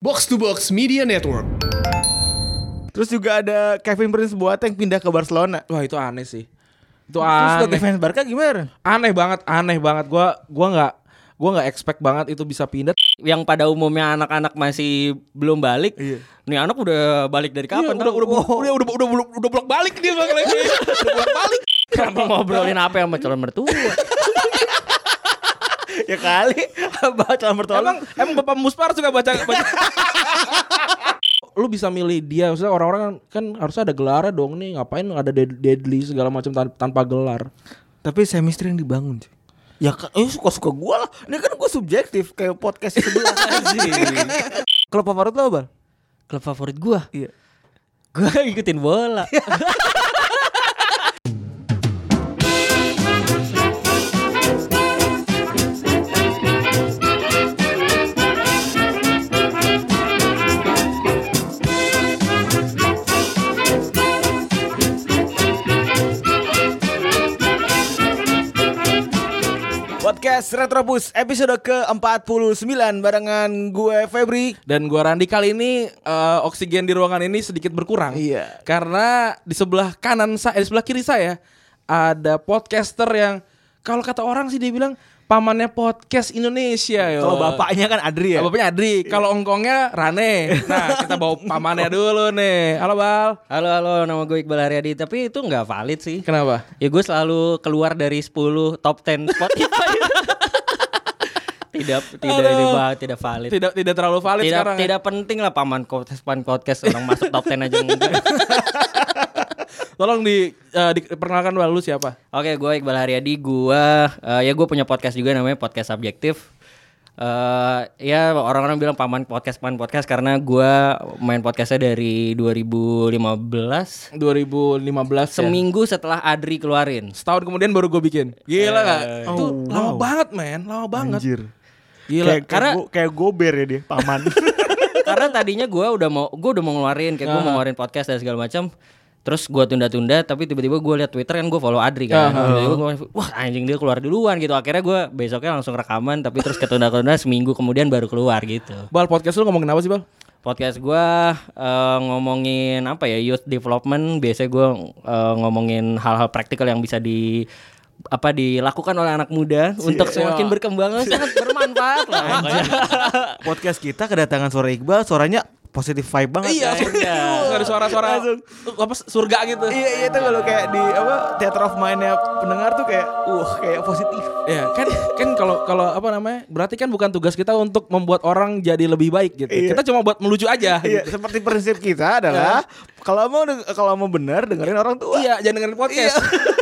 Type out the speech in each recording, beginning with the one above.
Box to Box Media Network. Terus juga ada Kevin Prince Boateng pindah ke Barcelona. Wah itu aneh sih. Itu Terus sebagai aneh. fans Barca gimana? Aneh banget. Gua nggak expect banget itu bisa pindah. Yang pada umumnya anak-anak masih belum balik. Iya. Nih anak udah balik dari kapan? Iya, udah bolak balik dia lagi. Udah bolak balik. Kenapa ngobrolin apa sama calon mertua? Ya kali baca mertua. Emang Bapak Muspar suka baca. Lu bisa milih dia, maksudnya orang-orang kan harusnya ada gelarnya dong nih, ngapain ada deadly segala macam tanpa gelar. Tapi chemistry yang dibangun cuy. Ya kan, suka-suka gue lah. Ini kan gue subjektif kayak podcast sebelah. Klub favorit lo Bal? Klub favorit gua? Iya. Gua ngikutin bola. Podcast Retrobus episode ke-49 barengan gue Febri. Dan gua Randi. Kali ini oksigen di ruangan ini sedikit berkurang. Iya. Karena di sebelah di sebelah kiri saya ada podcaster yang kalau kata orang sih dia bilang pamannya podcast Indonesia. Kalau bapaknya kan Adri ya. Bapaknya Adri, kalau ongkongnya Rane. Nah, kita bawa pamannya dulu nih. Halo Bal. Halo, nama gue Iqbal Haryadi. Tapi itu nggak valid sih. Kenapa? Ya gue selalu keluar dari 10 top 10 Spotify. tidak valid. Tidak terlalu valid sekarang. Tidak penting lah paman podcast orang masuk top 10 aja enggak. Tolong diperkenalkan dulu siapa? Oke, gue Iqbal Haryadi. Gue punya podcast juga namanya Podcast Subjektif. Ya orang-orang bilang paman podcast karena gue main podcastnya dari 2015 ya. Seminggu setelah Adri keluarin. Setahun kemudian baru gue bikin. Gila gak? Itu lama wow. banget men. Lama banget. Anjir. Gila. Kayak gober ya dia paman. Karena tadinya gue udah mau ngeluarin kayak gue mau ngeluarin podcast dan segala macam. Terus gue tunda-tunda, tapi tiba-tiba gue liat Twitter kan, gue follow Adri kan. Tiba-tiba gue, wah anjing dia keluar duluan gitu. Akhirnya gue besoknya langsung rekaman, tapi terus ketunda-tunda seminggu kemudian baru keluar gitu. Bal, podcast lu ngomongin apa sih Bal? Podcast gue ngomongin apa ya, youth development. Biasanya gue ngomongin hal-hal praktikal yang bisa dilakukan oleh anak muda untuk semakin berkembang. Sangat bermanfaat lah. Podcast kita kedatangan suara Iqbal, suaranya positif vibe banget. Iya, ada suara-suara apa surga gitu. Iya itu kalau kayak di theater of mind-nya pendengar tuh kayak kayak positif. Iya, kan kalau apa namanya? Berarti kan bukan tugas kita untuk membuat orang jadi lebih baik gitu. Iya. Kita cuma buat melucu aja. Iya, Gitu. seperti prinsip kita adalah kalau mau benar dengerin orang tua. Iya, jangan dengerin podcast.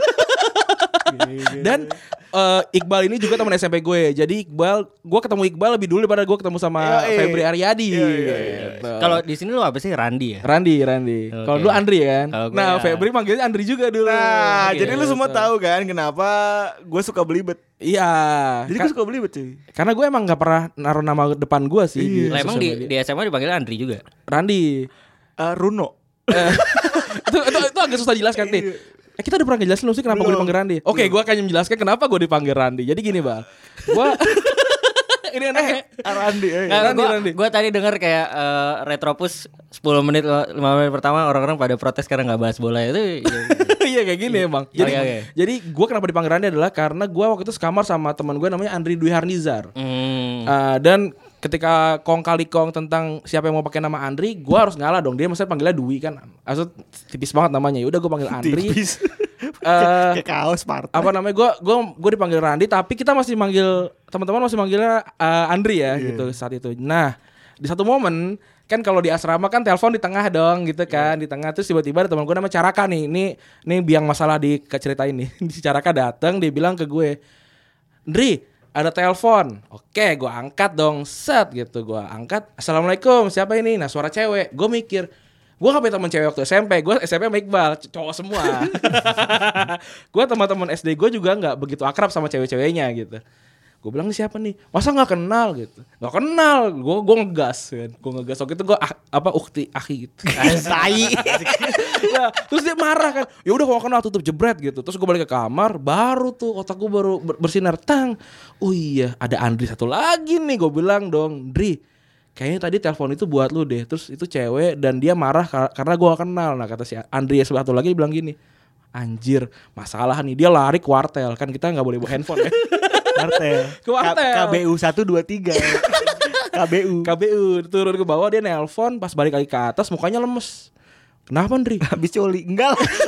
Dan Iqbal ini juga teman SMP gue. Jadi gue ketemu Iqbal lebih dulu daripada gue ketemu sama Febri Aryadi. Gitu. Kalau di sini lu apa sih, Randi ya? Randi. Oke. Kalau dulu Andri kan. Kalau gue Nah, ya. Febri manggilnya Andri juga dulu. Nah, Oke, jadi lu semua gitu. tahu kan kenapa gue suka belibet. Iya. Jadi gue suka belibet cuy. Karena gue emang gak pernah naruh nama depan gue sih. Di Lah, emang sosial media. di SMA dipanggil Andri juga? Randi. Runo. itu agak susah jelaskan nih. Kita udah pernah ngejelasin lu sih kenapa gue dipanggil Randi. Oke, gue akan menjelaskan kenapa gue dipanggil Randi. Jadi gini Bal, gue ini anaknya Randi. Gue tadi dengar kayak Retropus 10 menit 5 menit pertama orang-orang pada protes karena nggak bahas bola itu. Iya kayak gini emang. Jadi Oke. jadi gue kenapa dipanggil Randi adalah karena gue waktu itu sekamar sama teman gue namanya Andri Dwi Harnizar. Dan ketika kong kali kong tentang siapa yang mau pakai nama Andri, gue harus ngalah dong. Dia maksudnya panggilnya Dwi kan, maksud tipis banget namanya. Udah gue panggil Andri. Tipis. Kayak kaos partai. Apa namanya? Gue dipanggil Randi, tapi kita masih manggil teman-teman masih manggilnya Andri ya gitu saat itu. Nah di satu momen kan kalau di asrama kan telepon di tengah dong gitu kan, di tengah terus tiba-tiba ada teman gue namanya Caraka nih. Ini biang masalah di ceritain nih. Si Caraka datang, dia bilang ke gue, Andri, ada telepon. Oke, gue angkat dong. Set gitu, gue angkat. Assalamualaikum, siapa ini? Nah, suara cewek. Gue mikir, gue gak punya teman cewek waktu SMP. Gue SMP sama Iqbal, cowok semua. Gue teman-teman SD gue juga gak begitu akrab sama cewek-ceweknya gitu. Gue bilang, ini siapa nih? Masa gak kenal gitu? Gak kenal. Gue ngegas kan. Gue ngegas. Waktu itu gue ukti akhi gitu. Tai. Ya, terus dia marah kan. Ya udah kalau kenal tutup jebret gitu. Terus gue balik ke kamar, baru tuh otak gue baru bersinar tang. Oh iya, ada Andri satu lagi nih. Gue bilang dong, Dri, kayaknya tadi telepon itu buat lu deh. Terus itu cewek dan dia marah karena gue gak kenal. Nah kata si Andri sebelah satu lagi bilang gini, anjir masalah nih, dia lari ke wartel. Kan kita gak boleh bawa handphone ya. Wartel. Ke wartel. KBU 123. KBU turun ke bawah, dia nelpon. Pas balik lagi ke atas mukanya lemes. Kenapa Andri? Habis coli. Enggak lah.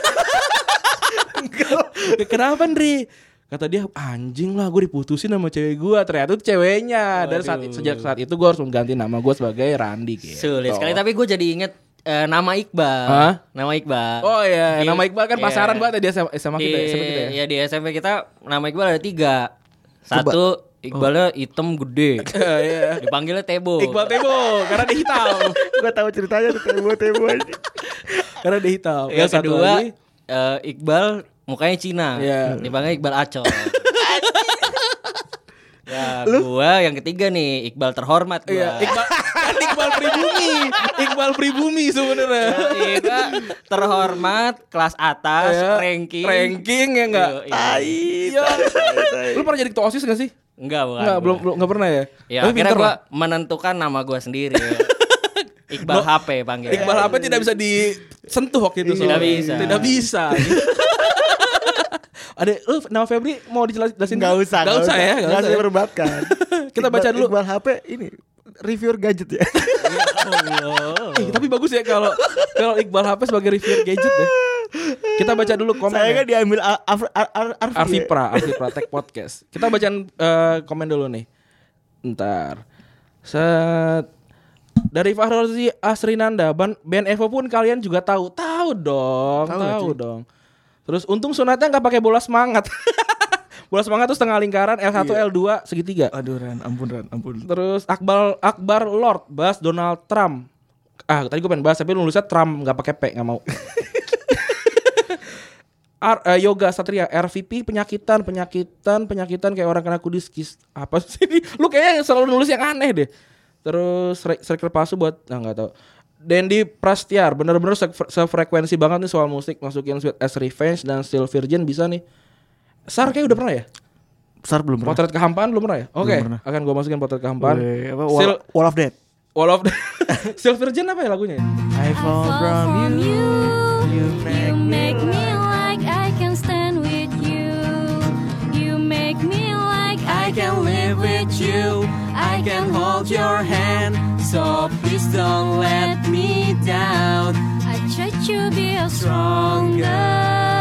Kenapa Andri? Kata dia, anjing lah gue diputusin sama cewek gue. Ternyata itu ceweknya. Dan sejak saat itu gue harus mengganti nama gue sebagai Randi gitu. Sulit sekali, tapi gue jadi inget nama Iqbal. Hah? Nama Iqbal. Oh iya, nama Iqbal kan pasaran banget ya di SMA kita ya. Iya, di SMP kita nama Iqbal ada 3. Satu, Iqbalnya hitam gede. Iya. Dipanggilnya Tebo. Iqbal Tebo karena dia hitam. Gue tahu ceritanya tuh Tebo aja. Karena dia hitam. Yang kedua, Iqbal mukanya Cina. Iya. Dipanggil Iqbal Acol. Ya, gua yang ketiga nih, Iqbal terhormat gua. Iya, Iqbal pribumi. Iqbal pribumi sebenarnya. Iqbal terhormat, kelas atas, Iya, ranking ya enggak? Iya. Lu pernah jadi ketua OSIS enggak sih? Enggak, bukan. Enggak, belum enggak pernah ya. Ya, Tapi akhirnya pinter gua lah. menentukan nama gua sendiri. Iqbal HP panggil. Iqbal HP tidak bisa disentuh waktu itu Tidak soalnya. bisa. Tidak bisa. Ada lu nama Febri mau dijelasin? Enggak usah ya, enggak Nggak usah. usah berbatkan. Kita baca dulu. Iqbal HP ini reviewer gadget ya. Tapi bagus ya kalau Iqbal HP sebagai reviewer gadget ya. Kita baca dulu komen. Saya kan diambil Arfi Pra Tech Podcast. Kita bacaan komen dulu nih. Ntar. Dari Fahrozi Asrinanda, band Evo pun kalian juga tahu. Tahu dong. Terus untung sunatnya nggak pakai bola semangat. Bola semangat tuh setengah lingkaran, L1 L2 segitiga. Aduh ampun. Terus Akbar Lord bahas Donald Trump. Tadi gue pengen bahas tapi lu nulisnya Trump nggak pakai P, nggak mau. Yoga Satria RVP penyakitan kayak orang kena kudis. Apa sih ini? Lu kayaknya selalu nulis yang aneh deh. Terus Striker Pasu buat nggak tahu. Dendi Prastyar bener-bener sefrekuensi banget nih soal musik, masukin Sweet as Revenge dan Still Virgin bisa nih. Sar kayak udah pernah ya? Sar belum pernah. Potret Kehampaan belum pernah ya? Oke, pernah. akan gue masukin Potret Kehampaan. Wall of Death. Wall of Still Virgin apa ya lagunya? I fall from you. You make me like I can stand with you. You make me like I can live with you. I can hold your hand, so please don't let me down. I try to be stronger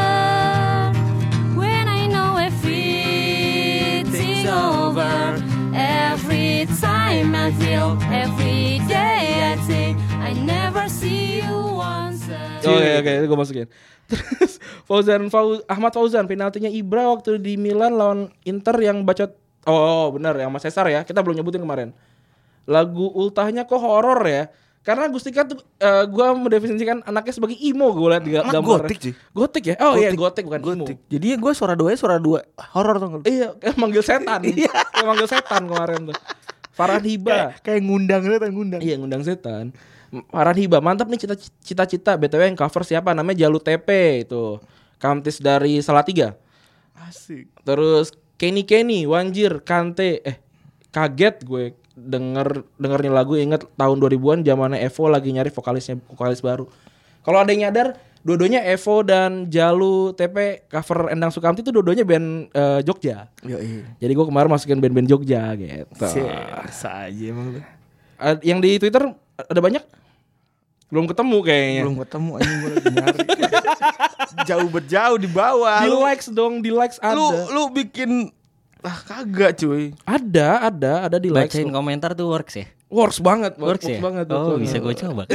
when I know everything's over. Every time I feel, every day I think I never see you once again. Oke, gue masukin. Terus Ahmad Fauzan penaltinya Ibra waktu di Milan lawan Inter yang bacot. Oh benar yang Mas Cesar ya. Kita belum nyebutin kemarin. Lagu ultahnya kok horor ya. Karena Gustika tuh gue mendefinisikan anaknya sebagai emo. Gue liat gambar gotik sih. Gotik ya. Oh iya gotik bukan emo. Jadi gue suara dua horor tuh. Iya kayak manggil setan. Kayak manggil setan kemarin tuh. Farhan Hiba kayak ngundang. Iya ngundang setan. Farhan Hiba mantap nih cita-cita. BTW yang cover siapa? Namanya Jalu TP itu. Kamtis dari Salatiga. Asik. Terus Kenny Wanjir Kante kaget gue dengernya lagu, inget tahun 2000-an zamannya Evo lagi nyari vokalis baru. Kalau ada yang nyadar dua-duanya Evo dan Jalu TP cover Endang Sukamti itu dua-duanya band Jogja. Jadi gue kemarin masukin band-band Jogja gitu. Saja emang lu. Yang di Twitter ada banyak? Belum ketemu kayaknya. Belum ketemu anjing gue lagi nyari. Jauh di bawah. Di likes ada. Lu bikin kagak cuy. Ada di likes. Bacain komentar tuh works ya? Works banget. Banget. Oh, bisa gue coba.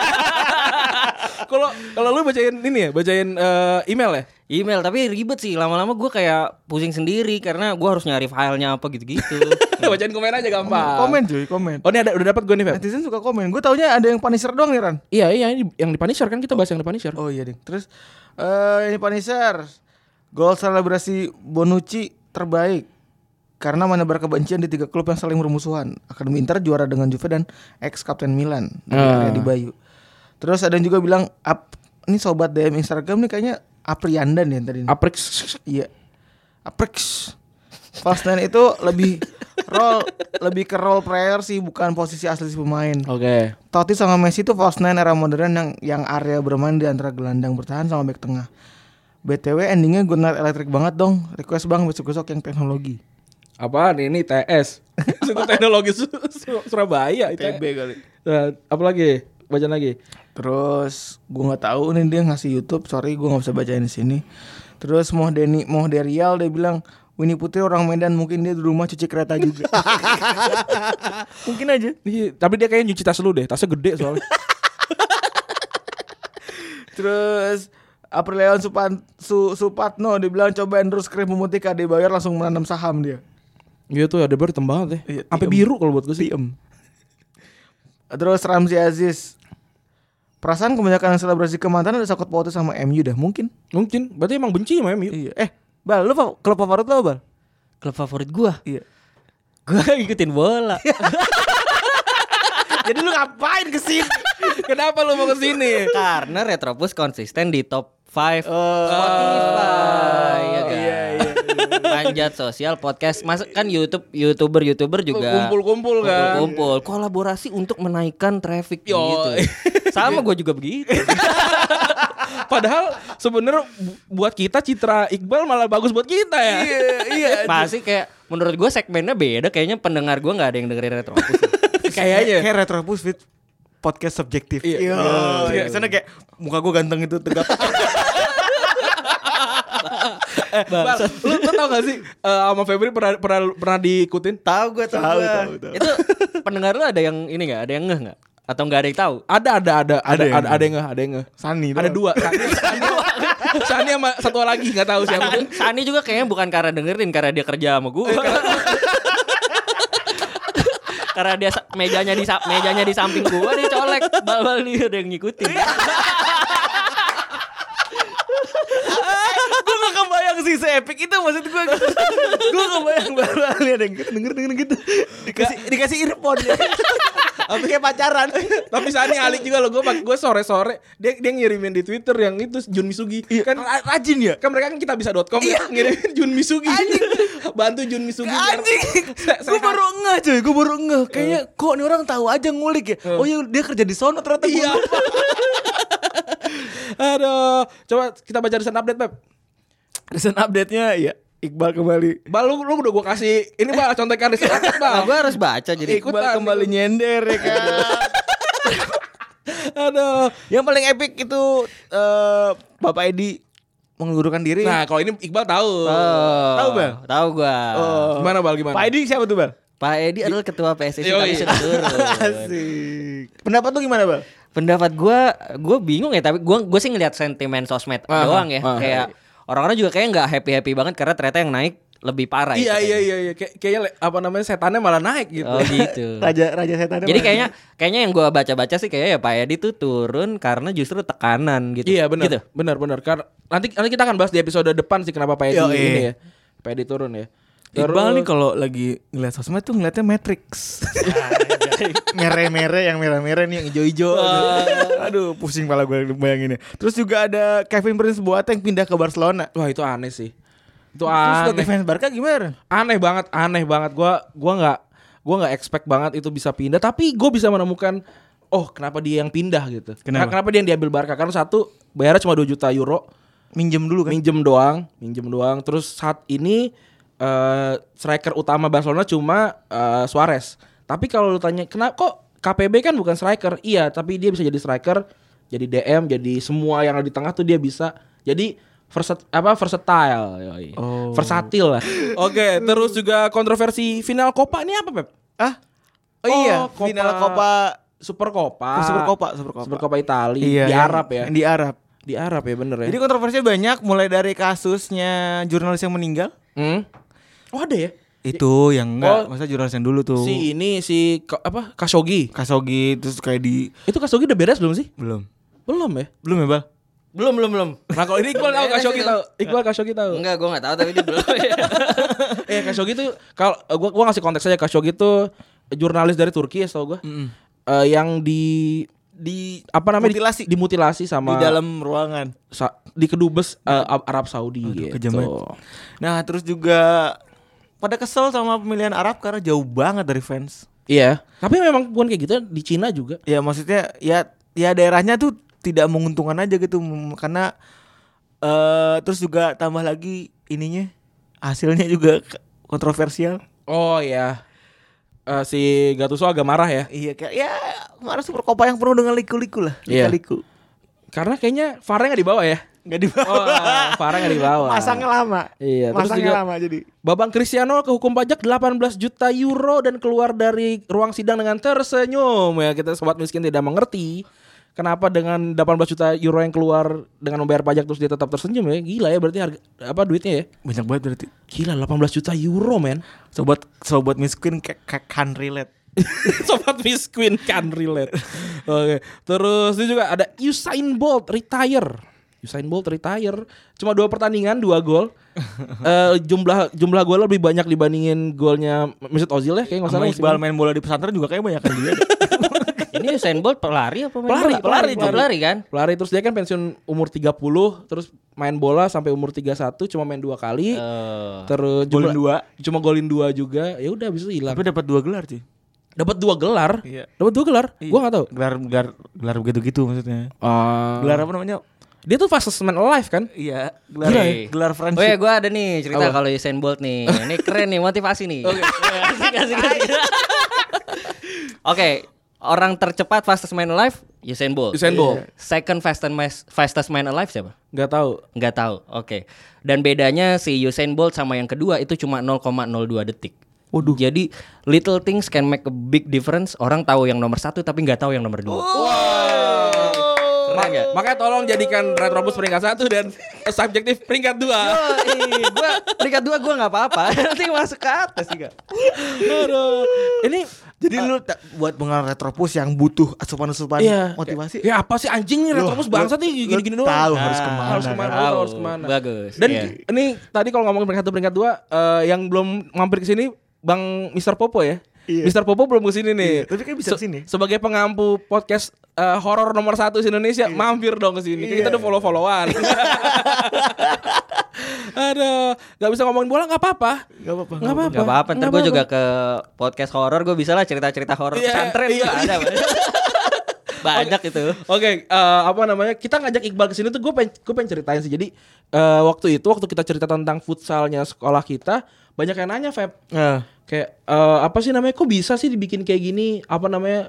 Kalau lu bacain ini ya, email ya? Email tapi ribet sih, lama-lama gue kayak pusing sendiri karena gue harus nyari filenya apa gitu-gitu. Bacain komen aja gampang. Komen. Oh ini udah dapat gue nih, Feb. Netizen suka komen. Gue taunya ada yang Punisher doang nih, Ran. Iya ini yang di Punisher kan kita bahas yang di Punisher. Oh iya, Ding. Terus ini Punisher. Gol selebrasi Bonucci terbaik karena menebar kebencian di 3 klub yang saling bermusuhan. Akademi Inter juara dengan Juve dan ex Kapten Milan di Bayu. Terus ada yang juga bilang ini sobat DM Instagram nih kayaknya Aprianda nih yang tadi. Aprix. Iya. Aprix. False nine itu lebih ke role player sih, bukan posisi asli si pemain. Oke. Totti sama Messi itu false nine era modern yang area bermain di antara gelandang bertahan sama bek tengah. BTW endingnya good night elektrik banget dong. Request bang besok-besok yang teknologi. Apaan ini TS? Itu teknologi Surabaya itu. TB kali. Nah, apa lagi? Baca lagi. Terus gue nggak tahu nih dia ngasih YouTube, sorry gue nggak bisa bacain di sini. Terus Rial dia bilang Winnie Putri orang Medan, mungkin dia di rumah cuci kereta juga. Mungkin aja. Tapi dia kayaknya nyuci tas lu deh, tasnya gede soalnya. Terus Aprilion Supatno dia bilang coba endorse krim pemutih KD Bayar langsung menanam saham dia. Iya tuh ada baru hitam banget ya. Sampai biru kalau buat gue sih. Terus Ramzi Aziz, perasaan kebanyakan selebrasi kemantanan ada sangkut pautnya sama MU dah, mungkin. Berarti emang benci sama MU. Iya. Bal, lu klub favorit lo, Bal? Klub favorit gua. Iya. Gua ngikutin bola. Jadi lu ngapain kesini? Kenapa lu mau kesini? Karena Retropus konsisten di top 5 Spotify. Ya kan? Iya. Manjat sosial podcast. Mas kan YouTuber juga Kumpul-kumpul kan. Kumpul kolaborasi untuk menaikkan traffic gitu. Sama gue juga begitu. Padahal sebenarnya buat kita citra Iqbal malah bagus buat kita ya. Iya. Masih kayak menurut gue segmennya beda. Kayaknya pendengar gue nggak ada yang dengerin Retropus. Kayaknya. Kayak Retropus with podcast subjektif. Iya. Sana kayak muka gue ganteng itu tegap. Bang, lu tau gak sih sama Febri pernah diikutin? Tahu gue. Itu pendengar lu ada yang ini nggak? Ada yang ngeh nggak? Atau nggak ada yang tahu? Ada yang ngeh. Sani. Ada dua. Sani sama satu lagi nggak tahu siapa. Sani juga kayaknya bukan karena dengerin, karena dia kerja sama gue. Karena dia mejanya di samping gue, dia colek. Bal dia ada yang ngikutin. Gue gak kebayang sih se-epic itu maksud gue. Gue kebayang bal ada yang denger gitu. Dikasih earphone ya. Apa kayak pacaran. Tapi Sani alik juga loh. Gue sore-sore dia ngirimin di Twitter yang itu Jun Misugi. Kan rajin ya. Kan mereka kan kitabisa.com ya, ngirimin Jun Misugi. Bantu Jun Misugi. Anjing. Gue baru ngeh. Kayaknya kok nih orang tahu aja ngulik ya. Oh iya dia kerja di sono ternyata. Iya. Aduh, coba kita baca recent update, Beb. Recent update-nya ya Iqbal kembali. Bal, lu udah gue kasih ini Bal, contekan recent update, Bal. Gue harus baca jadi Iqbal kembali nyender ya kan. Aduh, yang paling epic itu Bapak Edi mengundurkan diri. Nah, kalau ini Iqbal tahu. Tahu, Bal? Tahu gua. Gimana, Bal? Gimana? Pak Edi siapa tuh, Bal? Pak Edi adalah ketua PSSI Yoi. tapi sudah turun. Asik. Pendapat lu gimana, Bal? Pendapat gue bingung ya, tapi gue sih ngeliat sentimen sosmed doang ya. Kayak orang-orang juga kayak nggak happy banget karena ternyata yang naik lebih parah. Iya. Kayaknya apa namanya setannya malah naik gitu. Oh gitu. Raja setan. Jadi kayaknya yang gue baca-baca sih kayaknya ya Pak Edi tuh turun karena justru tekanan gitu. Iya benar. Gitu. Benar. Karena nanti kita akan bahas di episode depan sih kenapa Pak Edi ini ya. Pak Edi turun ya. Iqbal nih kalau lagi ngeliat sosmed tuh ngeliatnya Matrix. Merah-merah, yang merah-merah nih, yang hijau-hijau. Aduh, pusing pala gue bayanginnya. Terus juga ada Kevin Prince Boateng pindah ke Barcelona. Wah itu aneh sih. Itu Terus sebagai aneh. fans Barca gimana? Aneh banget. Gua nggak expect banget itu bisa pindah. Tapi gue bisa menemukan kenapa dia yang pindah gitu. Kenapa dia yang diambil Barca? Karena satu bayarnya cuma 2 juta euro. Minjem dulu kan? Minjem doang. Terus saat ini striker utama Barcelona cuma Suarez. Tapi kalau lu tanya kenapa kok KPB kan bukan striker? Iya, tapi dia bisa jadi striker, jadi DM, jadi semua yang ada di tengah tuh dia bisa. Jadi versatile. Versatil lah. Oke, terus juga kontroversi final Copa ini apa, Pep? Oh iya, Copa, final Copa Super Copa Italia iya, di Arab ya. Di Arab. Di Arab ya bener ya. Jadi kontroversinya banyak, mulai dari kasusnya jurnalis yang meninggal. Oh ada ya? Itu yang enggak, masa jurnalis yang dulu tuh. Khashoggi. Khashoggi terus kayak di Itu Khashoggi udah beres belum sih? Belum Ya? ya, Bal? Belum. Nah kalau ini Iqbal tahu Khashoggi tahu. Enggak, gue nggak tahu tapi dia belum. Khashoggi tuh kalau gua ngasih konteks aja, Khashoggi tuh jurnalis dari Turki ya setahu gua. Yang dimutilasi sama di dalam ruangan di kedubes Arab Saudi gitu. Kejam banget. Nah, terus juga pada kesel sama pemilihan Arab karena jauh banget dari fans. Iya. Tapi memang bukan kayak gitu di Cina juga. Ya maksudnya ya daerahnya tuh tidak menguntungkan aja gitu karena terus juga tambah lagi ininya hasilnya juga kontroversial. Oh ya. Si Gattuso agak marah ya. Iya kayak ya kemarin Super Copa yang penuh dengan liku-liku lah. Iya. Liku. Karena kayaknya VAR-nya nggak dibawa ya. Nggak dibawa. Oh, VAR-nya nggak dibawa. Masangnya lama. Iya. Terus Masangnya juga lama jadi. Babang Cristiano kehukum pajak 18 juta euro dan keluar dari ruang sidang dengan tersenyum. Ya kita sobat miskin tidak mengerti kenapa dengan 18 juta euro yang keluar dengan membayar pajak terus dia tetap tersenyum ya. Gila ya berarti harga apa duitnya ya? Banyak banget berarti. Gila 18 juta euro men. Sobat miskin kayak can relate. Sobat miskin can relate. Oke. Terus ini juga ada Usain Bolt retire. Cuma 2 pertandingan 2 gol. Jumlah gol lebih banyak dibandingin golnya Mesut Ozil ya kayak enggak salah. Iqbal main bola di pesantren juga kayak banyak kan dia. Ini Usain Bolt pelari apa main bola? Pelari kan? Pelari terus dia kan pensiun umur 30 terus main bola sampai umur 31 cuma main 2 kali. Terus cuma golin 2 juga. Ya udah habis itu hilang. Tapi dapat 2 gelar sih. Dapat 2 gelar. Iya. Dapat 2 gelar. Iya. Gua enggak tahu. Gelar begitu maksudnya. Gelar apa namanya? Dia tuh fastest man alive kan? Iya, Oh gelar ya, friendship. gue ada nih cerita kalau Usain Bolt nih. Ini keren nih, motivasi nih. Kasih. Oke, orang tercepat fastest man alive Usain Bolt. Second fastest man alive siapa? Nggak tahu. Oke. Dan bedanya si Usain Bolt sama yang kedua itu cuma 0,02 detik. Waduh. Jadi little things can make a big difference. Orang tahu yang nomor 1 tapi nggak tahu yang nomor 2. Makanya tolong jadikan Retrobus peringkat 1 dan subjektif peringkat 2. Gua peringkat 2 gua enggak apa-apa. Nanti masuk ke atas juga. Aduh. Ini Jadi lu buat pengen Retropus yang butuh asupan-asupan motivasi. Ya apa sih anjing nih Retrobus bangsat nih gini-gini doang. Tahu harus kemana. Harus kemana. Bagus. Dan ini tadi kalau ngomongin peringkat 1 peringkat 2 yang belum mampir ke sini Bang Mr. Popo ya. Iya. Mr. Popo belum kesini nih. Iya, tapi kan bisa kesini. Sebagai pengampu podcast horor nomor 1 di Indonesia, mampir dong kesini. Kita udah follow-followan. Aduh, gak bisa ngomongin bola gak apa-apa. Gak apa-apa. Ntar gue juga ke podcast horor. Gue bisa lah cerita-cerita horor pesantren juga ada. Banyak itu. Oke, apa namanya? Kita ngajak Iqbal kesini tuh gue pengen ceritain sih. Jadi waktu kita cerita tentang futsalnya sekolah kita, banyak yang nanya, Feb. Kayak apa sih namanya? Kok bisa sih dibikin kayak gini? Apa namanya?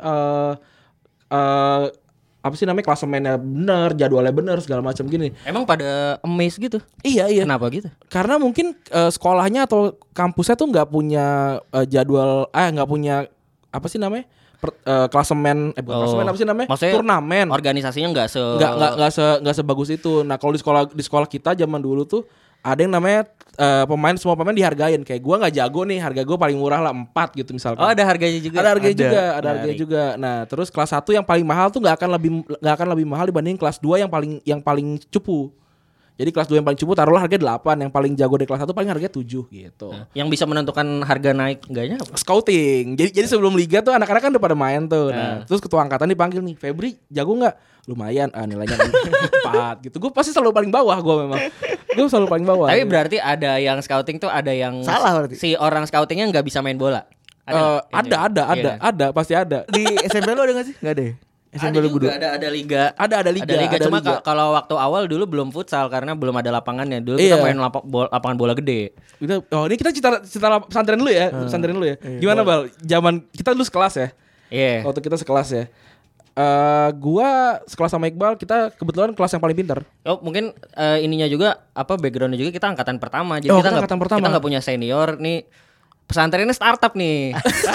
Apa sih namanya? Klasemennya bener, jadwalnya bener, segala macam gini. Emang pada amazed gitu? Iya. Kenapa gitu? Karena mungkin sekolahnya atau kampusnya tuh nggak punya jadwal, nggak punya apa sih namanya? Klasemen, klasemen apa sih namanya? Maksudnya turnamen. Organisasinya Nggak sebagus itu. Nah kalau di sekolah kita zaman dulu tuh ada yang namanya semua pemain dihargain. Kayak gue nggak jago nih, harga gue paling murah lah 4 gitu misalkan. Oh ada harganya juga. Ada harganya juga. Nah terus kelas 1 yang paling mahal tuh nggak akan lebih mahal dibanding kelas 2 yang paling cupu. Jadi kelas 2 yang paling cupu taruhlah harga 8, yang paling jago di kelas 1 paling harga 7 gitu. Yang bisa menentukan harga naik enggaknya apa? Scouting. Jadi sebelum liga tuh anak-anak kan udah pada main tuh. Nah, terus ketua angkatan dipanggil nih, "Febri, jago enggak?" "Lumayan." Nilainya 4 gitu. Gue pasti selalu paling bawah memang. Gue selalu paling bawah. Tapi berarti ada yang scouting tuh ada yang salah berarti. Si orang scoutingnya enggak bisa main bola. Ada, pasti ada. Di SMP lu ada enggak sih? Enggak ada ya? Ada juga, ada liga. Ada liga. Cuma kalau waktu awal dulu belum futsal karena belum ada lapangannya. Dulu kita main lapangan bola gede. Ini kita cerita pesantren dulu ya. Pesantren dulu ya. Gimana Bal? Zaman kita dulu sekelas ya. Iya. Waktu kita sekelas ya. Gua sekelas sama Iqbal, kita kebetulan kelas yang paling pintar. Oh mungkin ininya juga backgroundnya juga kita angkatan pertama. Jadi kita nggak punya senior nih. Pesantren ini startup nih.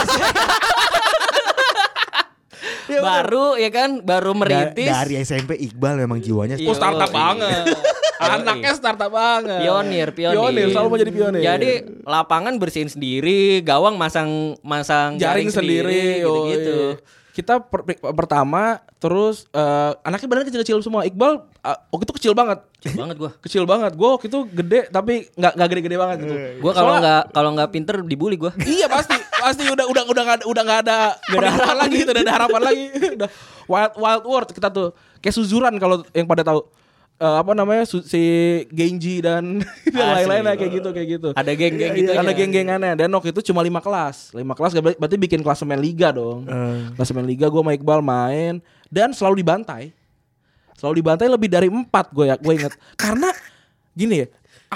Baru merintis. Dari SMP Iqbal memang jiwanya startup banget. Anaknya startup banget. Pionir, selalu mau jadi pionir. Jadi lapangan bersihin sendiri, gawang masang jaring sendiri gitu. Kita pertama terus anaknya benar kecil-kecil semua. Iqbal waktu itu kecil banget. Kecil banget. Gue waktu itu gede tapi enggak gede-gede banget gitu. Gue kalau enggak pinter dibully gue. Iya pasti udah enggak ada harapan lagi gitu, udah ada harapan lagi. Udah wild world kita tuh. Kayak Suzuran kalau yang pada tahu. si Genji dan lain-lain kayak gitu. Ada geng-geng gitu. Ada geng-gengannya. Dan waktu itu cuma 5 kelas. 5 kelas berarti bikin klasemen liga dong. Klasemen liga gue sama Iqbal main dan selalu dibantai. Lebih dari 4 gue ingat. Karena gini ya,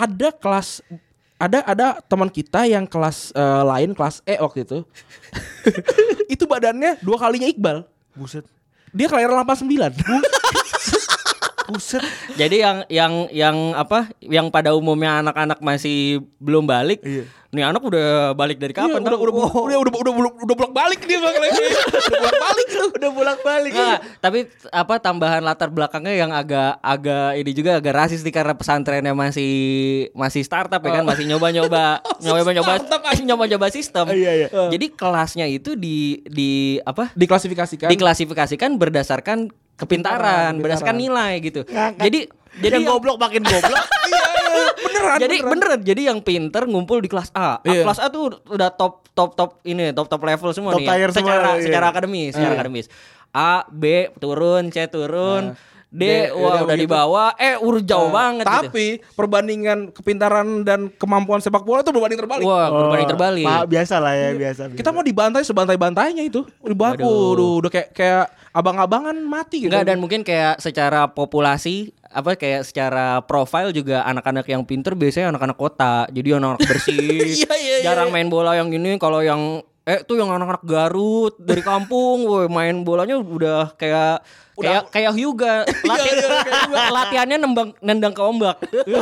ada teman kita yang kelas lain, kelas E waktu itu. Itu badannya 2 kalinya Iqbal. Buset. Dia kelahiran 89. Buset. Jadi yang pada umumnya anak-anak masih belum balik. Iya. Nih anak udah balik dari kapan? Iya, udah bolak-balik dia lagi. Udah bolak-balik. Nah, tapi tambahan latar belakangnya yang agak ini juga agak rasis nih karena pesantrennya masih startup ya kan, masih nyoba-nyoba sistem. Iya. Jadi kelasnya itu diklasifikasikan berdasarkan kepintaran, berdasarkan nilai gitu. Jadi yang goblok makin goblok. Beneran. Jadi yang pinter ngumpul di kelas A. Kelas A tuh udah top level semua top nih. Secara akademis. A, B turun, C turun, D udah di bawah, udah jauh banget. Tapi perbandingan kepintaran dan kemampuan sepak bola itu berbanding terbalik. Wah, berbanding terbalik. Biasa lah ya, biasa. Kita mau dibantai sebantai-bantainya itu. Udah kayak abang-abangan mati gitu. Enggak, dan mungkin kayak secara populasi kayak secara profil juga anak-anak yang pinter biasanya anak-anak kota. Jadi anak-anak bersih. Jarang main bola yang ini. Kalau yang tuh yang anak-anak Garut dari kampung, main bolanya udah kayak Hyuga. Latihannya nendang ke ombak.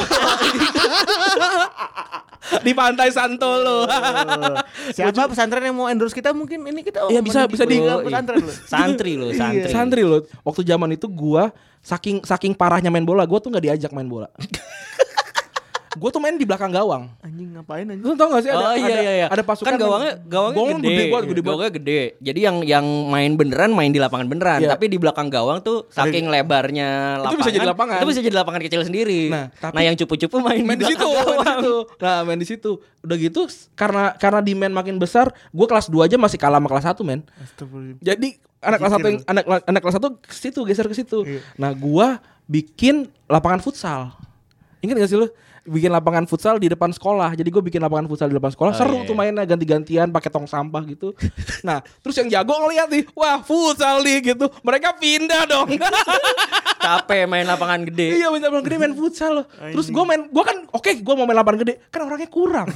Di pantai Santolo. Siapa pesantren yang mau endorse kita mungkin ini kita bisa di pesantren lo. Santri lo. Waktu zaman itu gua saking parahnya main bola, gua tuh enggak diajak main bola. Gue tuh main di belakang gawang. Anjing ngapain anjing? Lu tau gak sih ada pasukan kan gawangnya gede. Jadi yang main beneran main di lapangan beneran, tapi di belakang gawang tuh saking lebarnya lapangan. Itu bisa jadi lapangan kecil sendiri. Nah yang cupu-cupu main di situ. Nah, main di situ. Udah gitu karena demand makin besar, gue kelas 2 aja masih kalah sama kelas 1, men. Jadi anak kelas 1 ke situ, geser ke situ. Iya. Nah, gue bikin lapangan futsal. Ingat gak sih lu? Bikin lapangan futsal di depan sekolah. Jadi gue bikin lapangan futsal di depan sekolah. Seru tuh mainnya ganti-gantian pakai tong sampah gitu. Nah, terus yang jago ngeliat nih, wah futsal nih gitu. Mereka pindah dong. Capek main lapangan gede. Iya, main lapangan gede, main futsal loh. Terus gue kan gue mau main lapangan gede, kan orangnya kurang.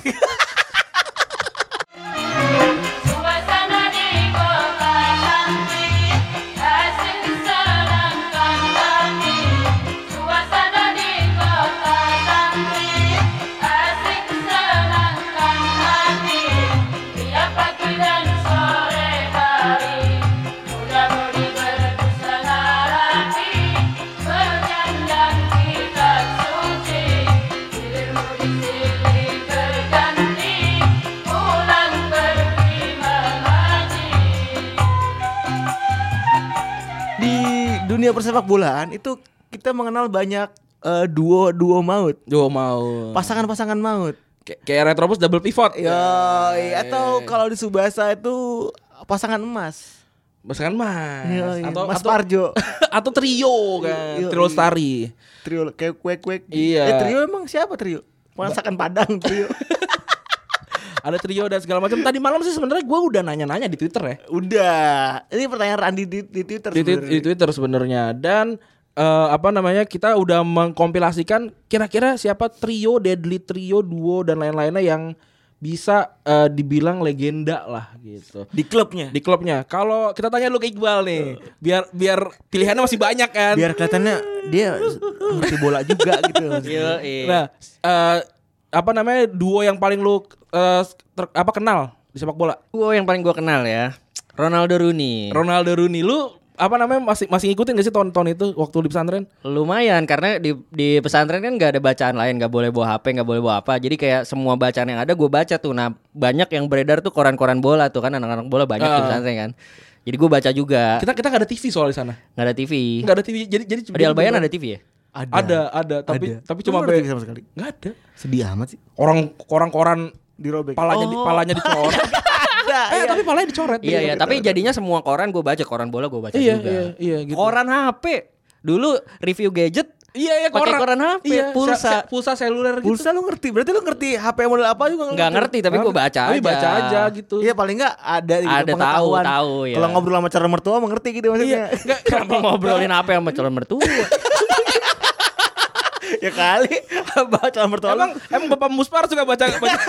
Dunia persepak bolaan itu kita mengenal banyak duo maut. Pasangan maut. Kayak Retrobus double pivot. Atau kalau di Tsubasa itu pasangan emas. Atau Mas Parjo. Atau trio kan. Trio Lestari. Trio kayak kuek. Iya. Trio emang siapa trio? Masakan Padang trio. Ada trio dan segala macam. Tadi malam sih sebenarnya gue udah nanya-nanya di Twitter ya. Udah. Ini pertanyaan Randi di Twitter. Di Twitter sebenarnya. Dan kita udah mengkompilasikan kira-kira siapa trio, deadly trio, duo dan lain-lainnya yang bisa dibilang legenda lah gitu. Di klubnya. Kalau kita tanya lu ke Iqbal nih, biar pilihannya masih banyak kan. Biar kelihatannya dia ngerti bola juga gitu. Nah, duo yang paling lu kenal di sepak bola? Duo yang paling gua kenal ya, Ronaldo Rooney. Lu masih ngikutin gak sih tahun-tahun itu waktu di pesantren? Lumayan, karena di pesantren kan gak ada bacaan lain, gak boleh bawa HP, gak boleh bawa apa. Jadi kayak semua bacaan yang ada gue baca tuh. Nah banyak yang beredar tuh koran-koran bola tuh kan, anak-anak bola banyak di pesantren kan. Jadi gue baca juga. Kita gak ada TV soal di sana. Gak ada TV. Jadi di Albayan ada TV ya? Ada tapi cuma TV sama sekali. Gak ada. Sedih amat sih. Orang koran dirobek. Palanya dicoret. Tapi palanya dicoret. Iya, tapi jadinya semua koran gue baca, koran bola gue baca juga. Iya gitu. Koran HP. Dulu review gadget Iya, Pakai koran HP, pulsa. Pulsa seluler gitu. Pulsa lu ngerti? Berarti lu ngerti HP model apa juga Nggak ngerti tapi gue baca aja. Tapi baca aja gitu. Iya paling enggak ada gitu Ada pengetahuan. tahu ya. Kalau ngobrol sama calon mertua mengerti gitu maksudnya. Enggak, Kenapa ngobrolin apa sama calon mertua? Ya kali baca calon mertua lu. emang Bapak Muspar suka baca.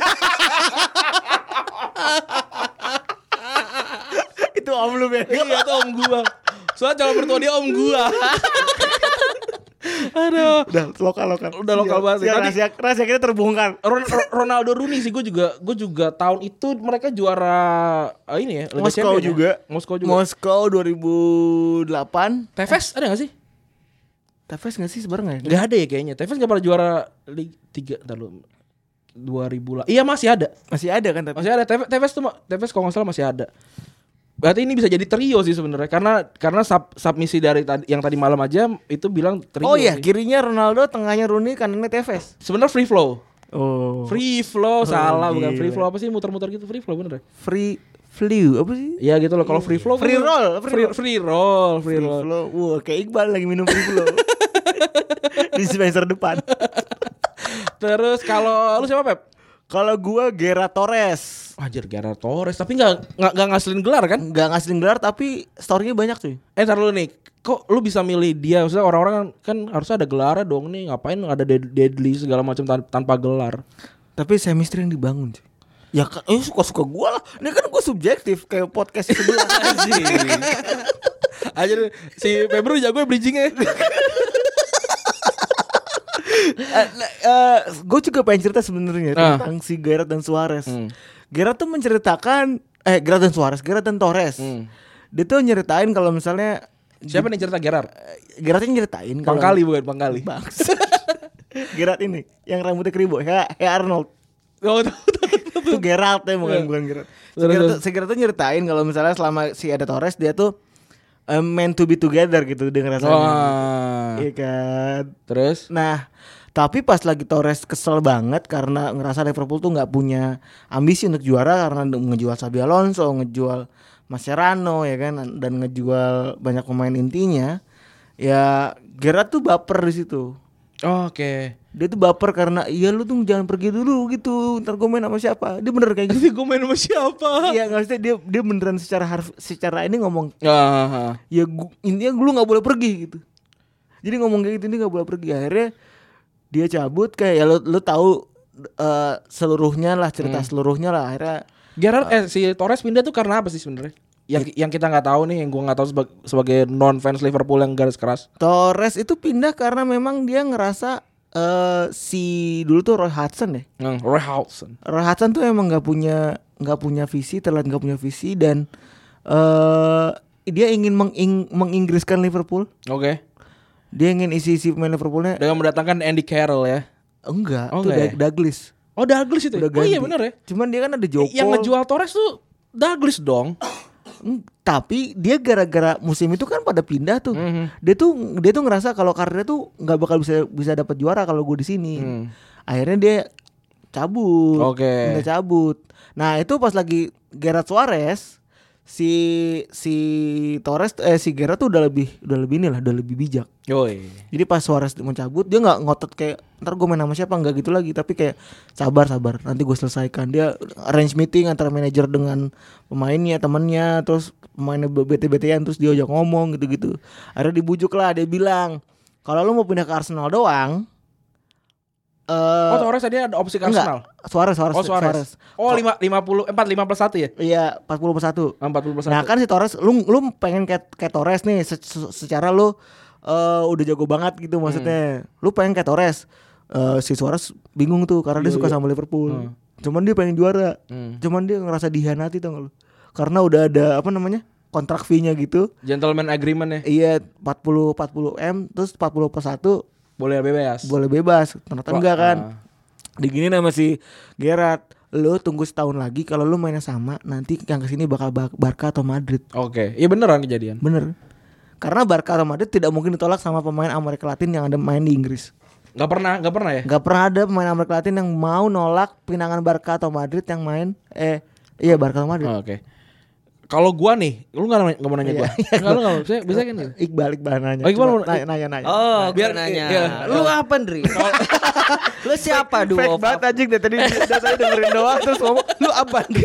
Itu om lu ya. Iya, itu om gua. Soalnya calon mertua dia om gua. Aduh. Udah lokal. Udah lokal banget. Ya, Tadi rahasia kita terbongkar. Ronaldo Rooney sih gue juga tahun itu mereka juara ini ya Liga Moskow Champion juga. ya? Moskow 2008. Tevez ada gak sih? Tevez enggak sih sebenarnya? Gak ada ya kayaknya. Tevez gak pernah juara Liga 3 entar lu 2000 lah. Iya masih ada. Masih ada kan tapi. Masih ada. Tevez kalau nggak salah masih ada. Berarti ini bisa jadi trio sih sebenarnya karena submisi dari yang tadi malam aja itu bilang trio. Oh iya, sih. kirinya Ronaldo, tengahnya Rooney, kanannya Tevez. Sebenarnya free flow. Oh. Free flow salah bukan gila. free flow apa sih muter-muter gitu free flow bener ya? Free flew apa sih? Iya gitu loh kalau free flow Free roll, free roll. flow. Wah, kayak Iqbal lagi minum free flow. Di semester depan. Terus kalau lu siapa Pep? Kalau gua Gerard Torres. Anjir Gerard Torres tapi nggak ngasilin gelar kan? Enggak ngasilin gelar tapi story-nya banyak cuy. Ntar lu nih, kok lu bisa milih dia? Maksudnya orang-orang kan harusnya ada gelarnya dong nih. Ngapain ada deadly segala macam tanpa gelar? Tapi chemistry yang dibangun cuy. Ya suka-suka gua lah. Ini kan gua subjektif kayak podcast sebelah. Anjir si Febru jago bridgingnya. Gue juga pengen cerita sebenarnya tentang si Gerard dan Suarez. Gerard tuh menceritakan Gerard dan Torres. Dia tuh nyeritain kalau misalnya Siapa nih cerita Gerard? Gerard yang nyeritain kalau Pangkali bukan Pangkali. Gerard ini yang rambutnya keribu, Arnold. Oh, Itu Gerard ya bukan Gerard. Si Gerard tuh nyeritain kalau misalnya selama si ada Torres dia tuh meant to be together gitu dia ngerasanya. Iya kan. Terus? Nah, tapi pas lagi Torres kesel banget karena ngerasa Liverpool tuh nggak punya ambisi untuk juara karena ngejual Xabi Alonso, ngejual Mascherano ya kan, dan ngejual banyak pemain intinya. Ya Gerard tuh baper di situ. Oke. Dia tuh baper karena iya lu tuh jangan pergi dulu gitu, ntar gue main sama siapa. Dia bener kayak gitu. Gue main sama siapa? Iya nggak sih dia beneran secara ini ngomong. Ya. Ya intinya lu nggak boleh pergi gitu. Jadi ngomong kayak gitu dia nggak boleh pergi. Akhirnya dia cabut kayak ya lu tahu seluruhnya lah cerita seluruhnya lah. Akhirnya Gerard si Torres pindah tuh karena apa sih sebenarnya? Yang kita nggak tahu nih, yang gua nggak tahu sebagai non fans Liverpool yang garis keras. Torres itu pindah karena memang dia ngerasa si dulu tuh Roy Hodgson ya. Roy Hodgson. Roy Hodgson tuh emang nggak punya visi, terlihat nggak punya visi dan dia ingin menginggriskan Liverpool. Oke. Dia ingin isi pemain Liverpoolnya Dengan mendatangkan Andy Carroll ya. enggak, Oh, itu enggak ya? Douglas. Oh Douglas itu. Udah Oh iya ganti. benar ya. Cuman dia kan ada Joko. Yang ngejual Torres tuh Douglas dong. Tapi dia gara-gara musim itu kan pada pindah tuh. Dia tuh ngerasa kalau karirnya tuh nggak bakal bisa dapat juara kalau gue di sini. Akhirnya dia cabut. Oke. Dia cabut. Nah, itu pas lagi Gerard Suarez si Torres si Gerard tuh udah lebih bijak. Yoi. Jadi pas Suarez mau cabut dia nggak ngotot kayak ntar gue main sama siapa, nggak gitu lagi, tapi kayak sabar nanti gue selesaikan. Dia arrange meeting antara manajer dengan pemainnya, temannya, terus pemainnya bete-betean, terus dia ajak ngomong gitu. Akhirnya dibujuk lah, dia bilang kalau lu mau pindah ke Arsenal doang. Torres tadi ada opsi ke Arsenal. Suarez. Oh 45+1 ya? Iya 40+1. 40+1. Nah kan si Torres lu pengen kayak Torres nih secara lu udah jago banget gitu maksudnya. Lu pengen kayak Torres. Si Suarez bingung tuh karena dia suka sama Liverpool. Cuman dia pengen juara. Cuman dia ngerasa dihianati tau gak lu? Karena udah ada kontrak fee-nya gitu. Gentleman agreement ya. Iya 40 M terus 40+1 boleh bebas. Ternyata enggak kan. Digini nama si Gerard, lu tunggu setahun lagi, kalau lu mainnya sama nanti yang kesini bakal Barca atau Madrid. Oke. Iya beneran kejadian. Bener. Karena Barca atau Madrid tidak mungkin ditolak sama pemain Amerika Latin yang ada main di Inggris. Gak pernah ya? Gak pernah ada pemain Amerika Latin yang mau nolak pinangan Barca atau Madrid yang main Barca atau Madrid. Oke. Kalau gua nih, lu enggak mau nanya gua. Enggak lu enggak bisa kan gitu. Iqbal nanya. Oh, Iqbal Coba mau- nanya. Oh, Biar- biar nanya. iya. Lu apa, Ndri? Lu siapa duo Fake of banget anjing deh tadi saya dengerin doang terus ngomong lu apa nih?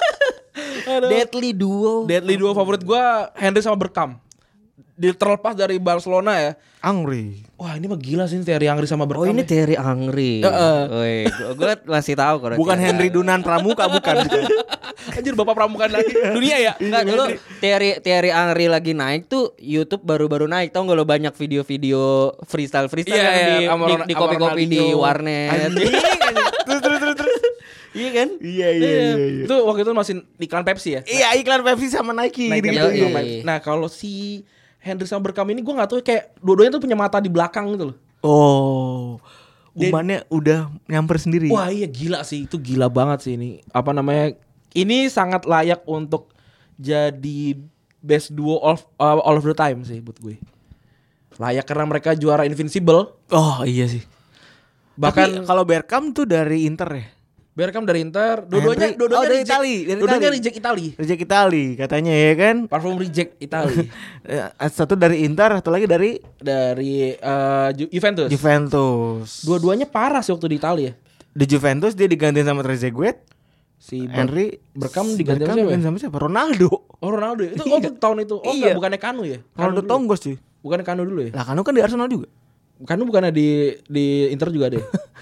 Deadly duo? Deadly duo favorit gua Henry sama Bergkamp. Terlepas dari Barcelona ya. Angry. Wah, ini mah gila sih Thierry Henry sama Oh Bergkamp. ini ya. Thierry Henry. Woi, gue masih tahu kalau Bukan Thierry Henry Dunan Pramuka bukan. Anjir bapak pramuka lagi dunia ya. Enggak dulu Thierry Henry lagi naik tuh YouTube baru-baru naik. Tahu enggak lo banyak video-video freestyle Iya, yang iya, di, sama di, Ron- di sama kopi-kopi di Ronaldinho. warnet. Terus. Iya kan? Iya. Itu waktu itu masih iklan Pepsi ya. Iya iklan Pepsi sama Nike Nike gitu. sama Iya, Pepsi. iya. Nah, kalau si Henry sama Bergkamp ini gue nggak tahu kayak dua-duanya tuh punya mata di belakang gitu loh. Oh. Umpannya udah nyamper sendiri. Wah iya gila sih, itu gila banget sih ini. Apa namanya? Ini sangat layak untuk jadi best duo all of the time sih buat gue. Layak karena mereka juara Invincible. Oh iya sih. Bahkan Tapi kalau Bergkamp tuh dari Inter ya. Bergkamp dari Inter, dua-duanya Henry- oh, dari reject, Itali, dari dua-duanya Itali. reject Itali. Reject Itali katanya ya kan. Parfum reject Itali Satu dari Inter, satu lagi dari dari Juventus. Juventus. Dua-duanya parah sih waktu di Itali ya. Di Juventus dia digantiin sama Trezeguet. Si Henry Bergkamp diganti sama Bergkamp siapa ya? diganti sama siapa? Ronaldo. Oh Ronaldo ya? Itu tuh tahun itu. Oh Iya. enggak, bukannya Kanu ya? Ronaldo Kanu dulu. Tonggos cuy. Bukannya Kanu dulu ya? Lah kan di Arsenal juga. Kanu bukannya di Inter juga deh.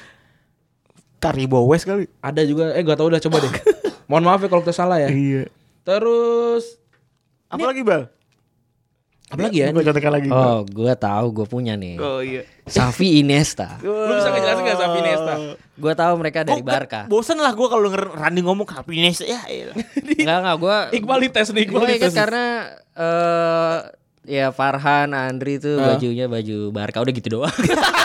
Taribo West kali. Ada juga, gak tau udah coba deh. Mohon maaf ya kalau kita salah ya. Iya. Terus Apa lagi Bal? apa lagi ya? Gue contohkan lagi. Oh, gue tahu gue punya nih. Oh iya. Xavi Iniesta. Lu bisa ngejelasin gak Xavi Iniesta? Gue tahu mereka dari Barca. Bosen lah gue kalau denger Randy ngomong Xavi Iniesta ya. Enggak gue. Iqbal dites nih, Iqbal Gue ingat dites. karena ya Farhan, Andri tuh bajunya baju Barca udah gitu doang.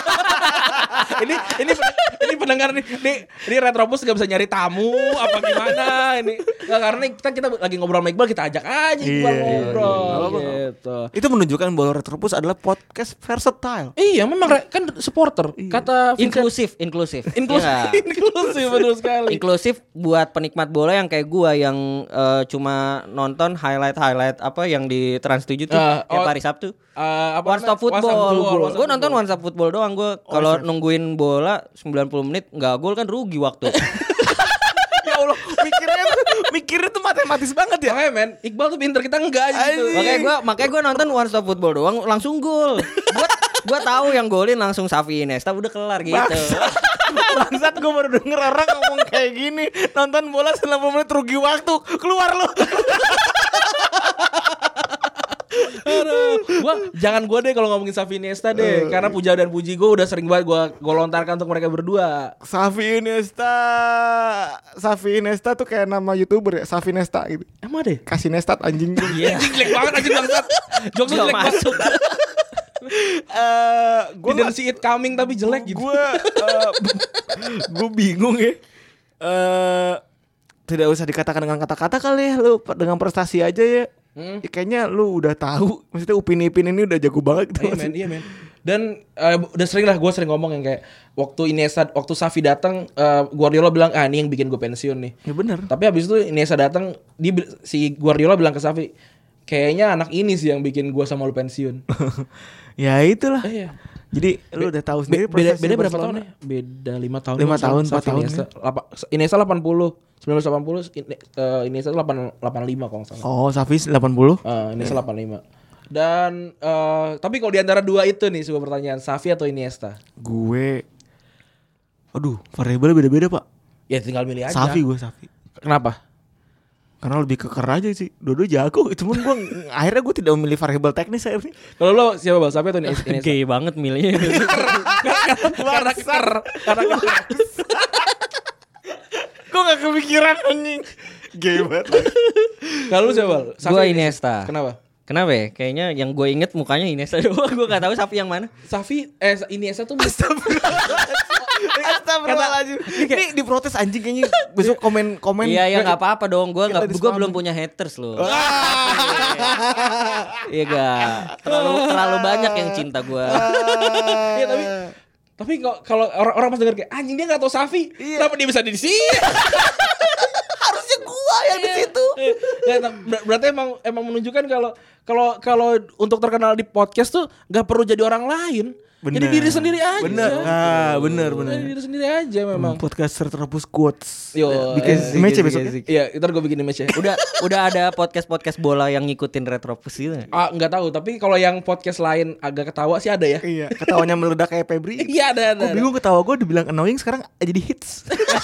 ini pendengar nih, ini Retrobus gak bisa nyari tamu apa gimana ini. Nggak, karena kita lagi ngobrol sama Iqbal, kita ajak aja Iqbal Iya, ngobrol iya. gitu. Itu menunjukkan bahwa Retropus adalah podcast versatile. Iya, memang kan supporter. Kata Vincent, Inklusif. inklusif, Iya. inklusif betul sekali. Inklusif buat penikmat bola yang kayak gua yang cuma nonton highlight apa yang di Trans 7 tuh tiap hari Sabtu. One Stop Football. Gue nonton One Stop Football doang. Gue kalau nungguin bola 90 menit nggak gol kan rugi waktu. Ya Allah, mikirnya tuh matematis banget ya. Makanya men, Iqbal tuh pinter, kita enggak gitu. makanya gue nonton One Stop Football doang langsung gol. Gue tahu yang golin langsung Xavi Iniesta udah kelar gitu. Bangsat gue baru denger orang ngomong kayak gini. Nonton bola 90 menit rugi waktu. Keluar lu. Jangan gue deh kalau ngomongin Xavi Iniesta deh, karena puja dan puji gue udah sering banget gue lontarkan untuk mereka berdua. Xavi Iniesta tuh kayak nama YouTuber ya, Xavi Nesta gitu. Emang deh? Kasih Nestat anjing. Iya. Jelek banget anjing bangsat. Jokes Gak jelek banget. masuk. Gue Didn't see it coming tapi jelek gitu. gue bingung ya. Tidak usah dikatakan dengan kata-kata kali ya, lu dengan prestasi aja ya. Ya, kayaknya lu udah tahu, maksudnya Upin Ipin ini udah jago banget gitu. Iya men. Dan udah sering lah gue sering ngomong yang kayak waktu Xavi datang, Guardiola bilang ini yang bikin gue pensiun nih. Ya benar. Tapi habis itu Iniesta datang, si Guardiola bilang ke Xavi, kayaknya anak ini sih yang bikin gue sama lu pensiun. Ya itulah. Iya. Jadi lu udah tahu sendiri Beda prestasi berapa Barcelona. tahun ya? Beda 5 tahun. 5 tahun, 4 tahun. Iniesta 80, 1980, Iniesta 85 kalau nggak salah. Oh, Xavi 80. Iniesta 85. Dan tapi kalau di antara dua itu nih sebuah pertanyaan, Xavi atau Iniesta? Gue variabel beda-beda, Pak. Ya tinggal milih aja. Xavi. Kenapa? Karena lebih keker aja sih. Dua-dua jago. Cuman gue akhirnya gue tidak memilih variabel teknis akhirnya. Kalau lo siapa Bang? Xavi atau Iniesta? Gay banget milihnya. Karena keker. Gue gak kepikiran anjing. Gay banget. Kalau lu siapa? Bang? Xavi Gue atau Iniesta. Kenapa? Kenapa ya? Kayaknya yang gue inget mukanya Iniesta doang. Gue gak tahu Xavi yang mana. Xavi Iniesta tuh Astagfirullahaladzim. Ini diprotes anjing kayaknya. Besok komen. Iya ya nggak apa-apa dong. Gue Kita gue di-spamin. belum punya haters loh. Iya gak. Terlalu banyak yang cinta gue. Iya tapi kalau orang pas denger kayak anjing dia nggak tahu Xavi, kenapa dia bisa di sini? Harusnya gua yang di situ. Berarti emang menunjukkan kalau untuk terkenal di podcast tuh nggak perlu jadi orang lain. Jadi diri sendiri aja. Bener. Jadi diri sendiri aja memang. Podcaster terhapus quotes. Yo, bikin image besok. Iya, ntar gue bikin image ya. Udah ada podcast bola yang ngikutin Retropus gitu. Nggak tahu, tapi kalau yang podcast lain agak ketawa sih ada ya. Iya, ketawanya meledak kayak Febri. Iya, ada. Gue bingung ketawa gue dibilang annoying sekarang jadi hits.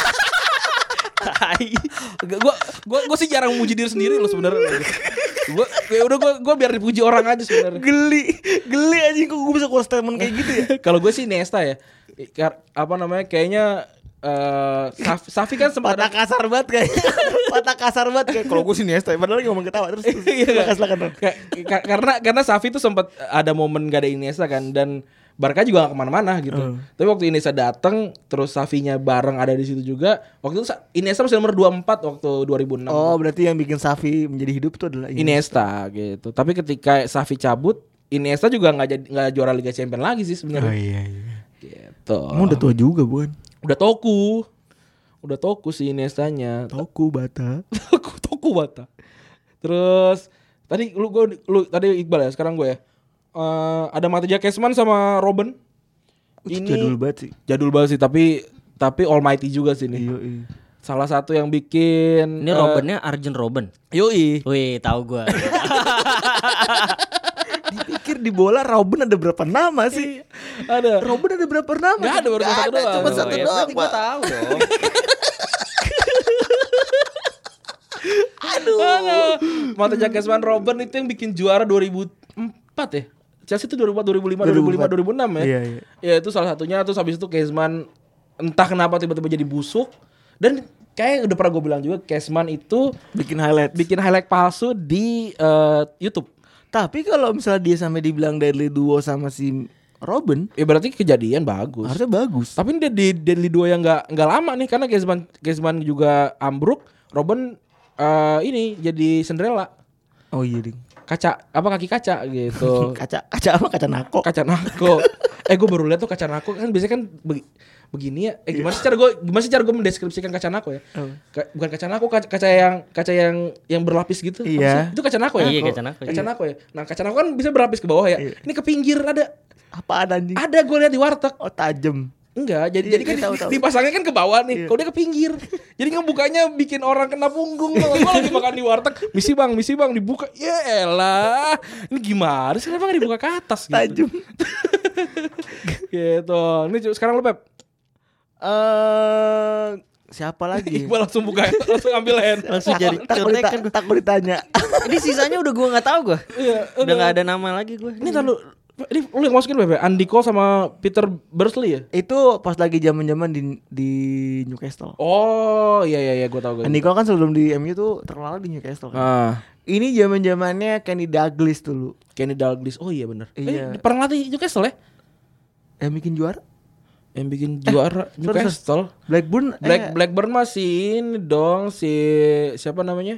Gue sih jarang memuji diri sendiri loh sebenarnya. Gue biar dipuji orang aja sebenarnya. Geli anjing, kok gue bisa keluar statement kayak gitu ya. Kalau gue sih Iniesta ya. Kayaknya Safi kan sempat Patah kasar banget kayak. Kalau gue sih Iniesta, padahal lagi ngomong ketawa terus. Silakan. Karena Safi tuh sempat ada momen gak ada Iniesta kan, dan Barca juga gak kemana-mana gitu. Tapi waktu Iniesta datang, terus Safinya bareng ada di situ juga. Waktu itu Iniesta masih nomor 24 waktu 2006. Oh, berarti yang bikin Safi menjadi hidup itu adalah Iniesta gitu. Tapi ketika Safi cabut, Iniesta juga nggak juara Liga Champions lagi sih sebenarnya. Oh iya. Gitu. Kamu udah tua juga bukan? Udah toku sih Iniestanya. Toku Bata. Toku Bata. Terus tadi lu tadi Iqbal ya, sekarang gue ya. Ada Matija Kezman sama Robben. Ini jadul banget sih, tapi almighty juga sih nih. Iya. Salah satu yang bikin Ini Robbennya Arjen Robben. Yoi. Wih, tahu gua. Dipikir di bola Robben ada berapa nama sih? Ada. Robben ada berapa nama? Gak ada, baru satu doang. Cuma satu doang, Berarti gua tahu dong. Aduh. Matija Kezman Robben itu yang bikin juara 2004 ya. Chelsea itu 2004, 2005, 2006 ya. Iya. Ya itu salah satunya. Terus habis itu Kezman entah kenapa tiba-tiba jadi busuk. Dan kayak udah pernah gue bilang juga, Kezman itu bikin highlight palsu di YouTube. Tapi kalau misalnya dia sampai dibilang deadly duo sama si Robben, Ya berarti kejadian bagus. harusnya bagus. Tapi dia di Deadly Duo yang nggak lama nih, karena Kezman juga ambruk, Robben ini jadi Cinderella. Oh iya ding. Kaki kaca gitu. Kaca apa? Kaca nako. Kaca nako. Gue baru lihat tuh kaca nako kan biasanya kan begini ya. Gimana sih cara gue mendeskripsikan kaca nako ya? Bukan kaca nako, kaca yang berlapis gitu. Iya. Apa sih? Itu kaca nako ya? Iya, kaca nako. Kaca nako ya. Nah, kaca nako kan bisa berlapis ke bawah ya. Iya. Ini ke pinggir ada. Apaan anjing? Ada, gue lihat di warteg. Oh, tajem. Enggak, Iya, jadi kan tahu. dipasangnya kan ke bawah nih. Iya. Kalau dia ke pinggir. Jadi ngebukanya bikin orang kena punggung. Gue lagi makan di warteg, misi bang dibuka. Ya elah. Ini gimana sih, kenapa gak dibuka ke atas gitu. Tajem. Gitu. Ini sekarang lu Pep. Siapa lagi? Iqbal langsung ambil hand. Langsung jadi Takut ditanya. Ini sisanya udah gua enggak tahu gua. Iya, Udah enggak ada nama lagi gua. Ini lu yang masukin Bebe, Andy Cole sama Peter Bursley ya? Itu pas lagi zaman-zaman di Newcastle. Oh, iya gue tahu. Andy Cole kan sebelum di MU tuh terkenal di Newcastle kan. Ini zaman-zamannya Kenny Dalglish dulu. Kenny Dalglish. Oh iya benar. Iya. Pernah latih Newcastle ya? Yang bikin juara? Yang bikin juara Newcastle. Blackburn masih ini dong, siapa namanya?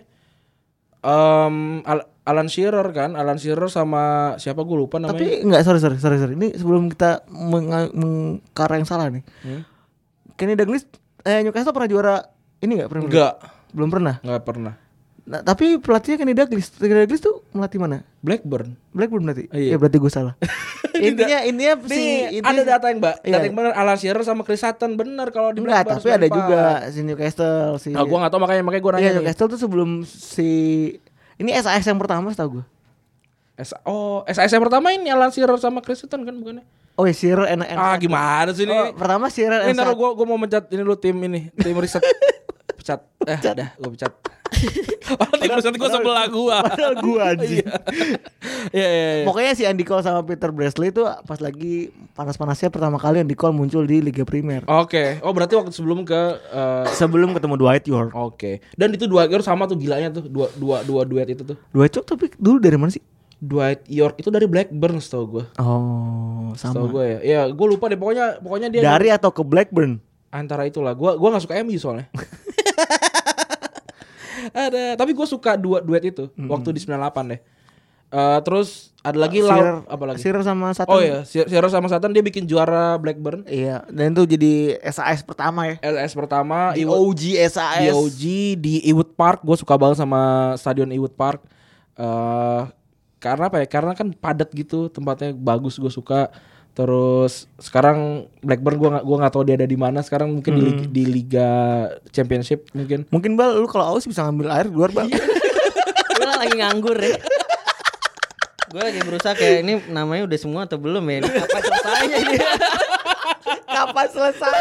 Alan Shearer sama siapa gue lupa namanya. Tapi enggak, sorry. Ini sebelum kita mengkarang yang salah nih. Kenny Dalglish Newcastle pernah juara ini enggak? Enggak. Belum pernah. Enggak pernah. Nah, tapi pelatihnya Kenny Dalglish tuh melatih mana? Blackburn berarti. Iya. Ya berarti gue salah. intinya ada data yang iya. data yang benar, Alan Shearer sama Chris Sutton benar kalau di Enggak, Blackburn. tapi ada juga si Newcastle si. Gue enggak tahu makanya gue nanya. Iya, nih. Newcastle tuh sebelum si ini SAS yang pertama setahu gue. SAS yang pertama ini Alan Shearer sama Chris Sutton kan bukannya? Oh ya, Shearer enak. Gimana sih ini? Pertama Shearer. Ini taruh gue mau mencat ini lu tim riset. Pecat. Udah gue pecat. Tim riset gue sebelah gue. Padahal gue anjing. Iya. Pokoknya si Andy Cole sama Peter Bursley itu pas lagi panas-panasnya pertama kali Andy Cole muncul di Liga Premier. Oke. Oh berarti waktu sebelum ketemu Dwight York. Oke. Dan itu Dwight York sama tuh gilanya tuh dua duet itu tuh. Dwight York tapi dulu dari mana sih? Dwight York itu dari Blackburn setahu gue. Oh, sama. Setahu gue ya. Ya gue lupa deh, pokoknya dia dari atau ke Blackburn. Antara itulah. Gue enggak suka MU soalnya. Tapi gue suka duet itu waktu di 98 deh. Terus ada lagi apa lagi? Shearer sama Sutton. Oh iya, Shearer sama Sutton dia bikin juara Blackburn. Iya, dan itu jadi SAS pertama ya. LS pertama, Di OG SAS. di OG di Ewood Park. Gue suka banget sama stadion Ewood Park. Karena apa ya? Karena kan padat gitu, tempatnya bagus, gue suka. Terus sekarang Blackburn gue nggak tahu dia ada di mana sekarang, mungkin di Liga Championship mungkin. Mungkin Bal, lu kalau aus bisa ngambil air di luar Bal. Gue lagi nganggur ya. Gue lagi berusaha kayak ini namanya udah semua atau belum ya? Ini kapan selesainya ini? Kapan selesai?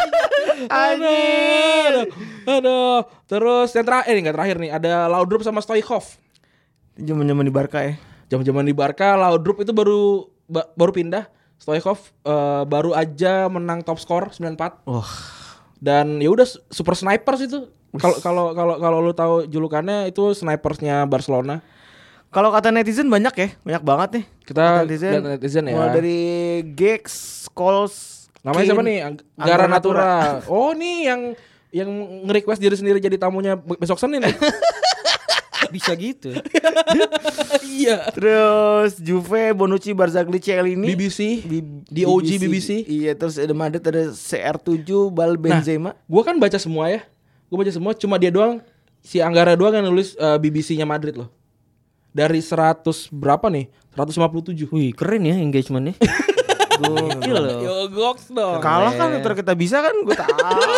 Aduh. Terus yang terakhir nggak terakhir nih, ada Laudrup sama Stoichkov. Zaman-zaman di Barca ya. Zaman-zaman di Barca, Laudrup itu baru pindah. Stoichkov baru aja menang top skor 94. Dan ya udah super snipers itu. Kalau lu tahu julukannya itu snipersnya Barcelona. Kalau kata netizen banyak ya, banyak banget nih. Kita lihat netizen ya. Mulai dari Gex, Scholes, namanya siapa nih? Gara Natura. Oh, nih yang nge-request diri sendiri jadi tamunya besok Senin ya. Bisa gitu. Iya. Terus Juve, Bonucci, Barzagli, Chiellini, BBC, di OG BBC. Iya, terus ada Madrid, ada CR7, Bal, Benzema. Gua kan baca semua ya. Gue baca semua, cuma dia doang, si Anggara doang yang nulis BBC-nya Madrid loh. Dari 100 berapa nih? 157. Wih, keren ya engagementnya. Gokil loh. Yo goks dong. Kalah kan ntar kita bisa kan, gue tahu.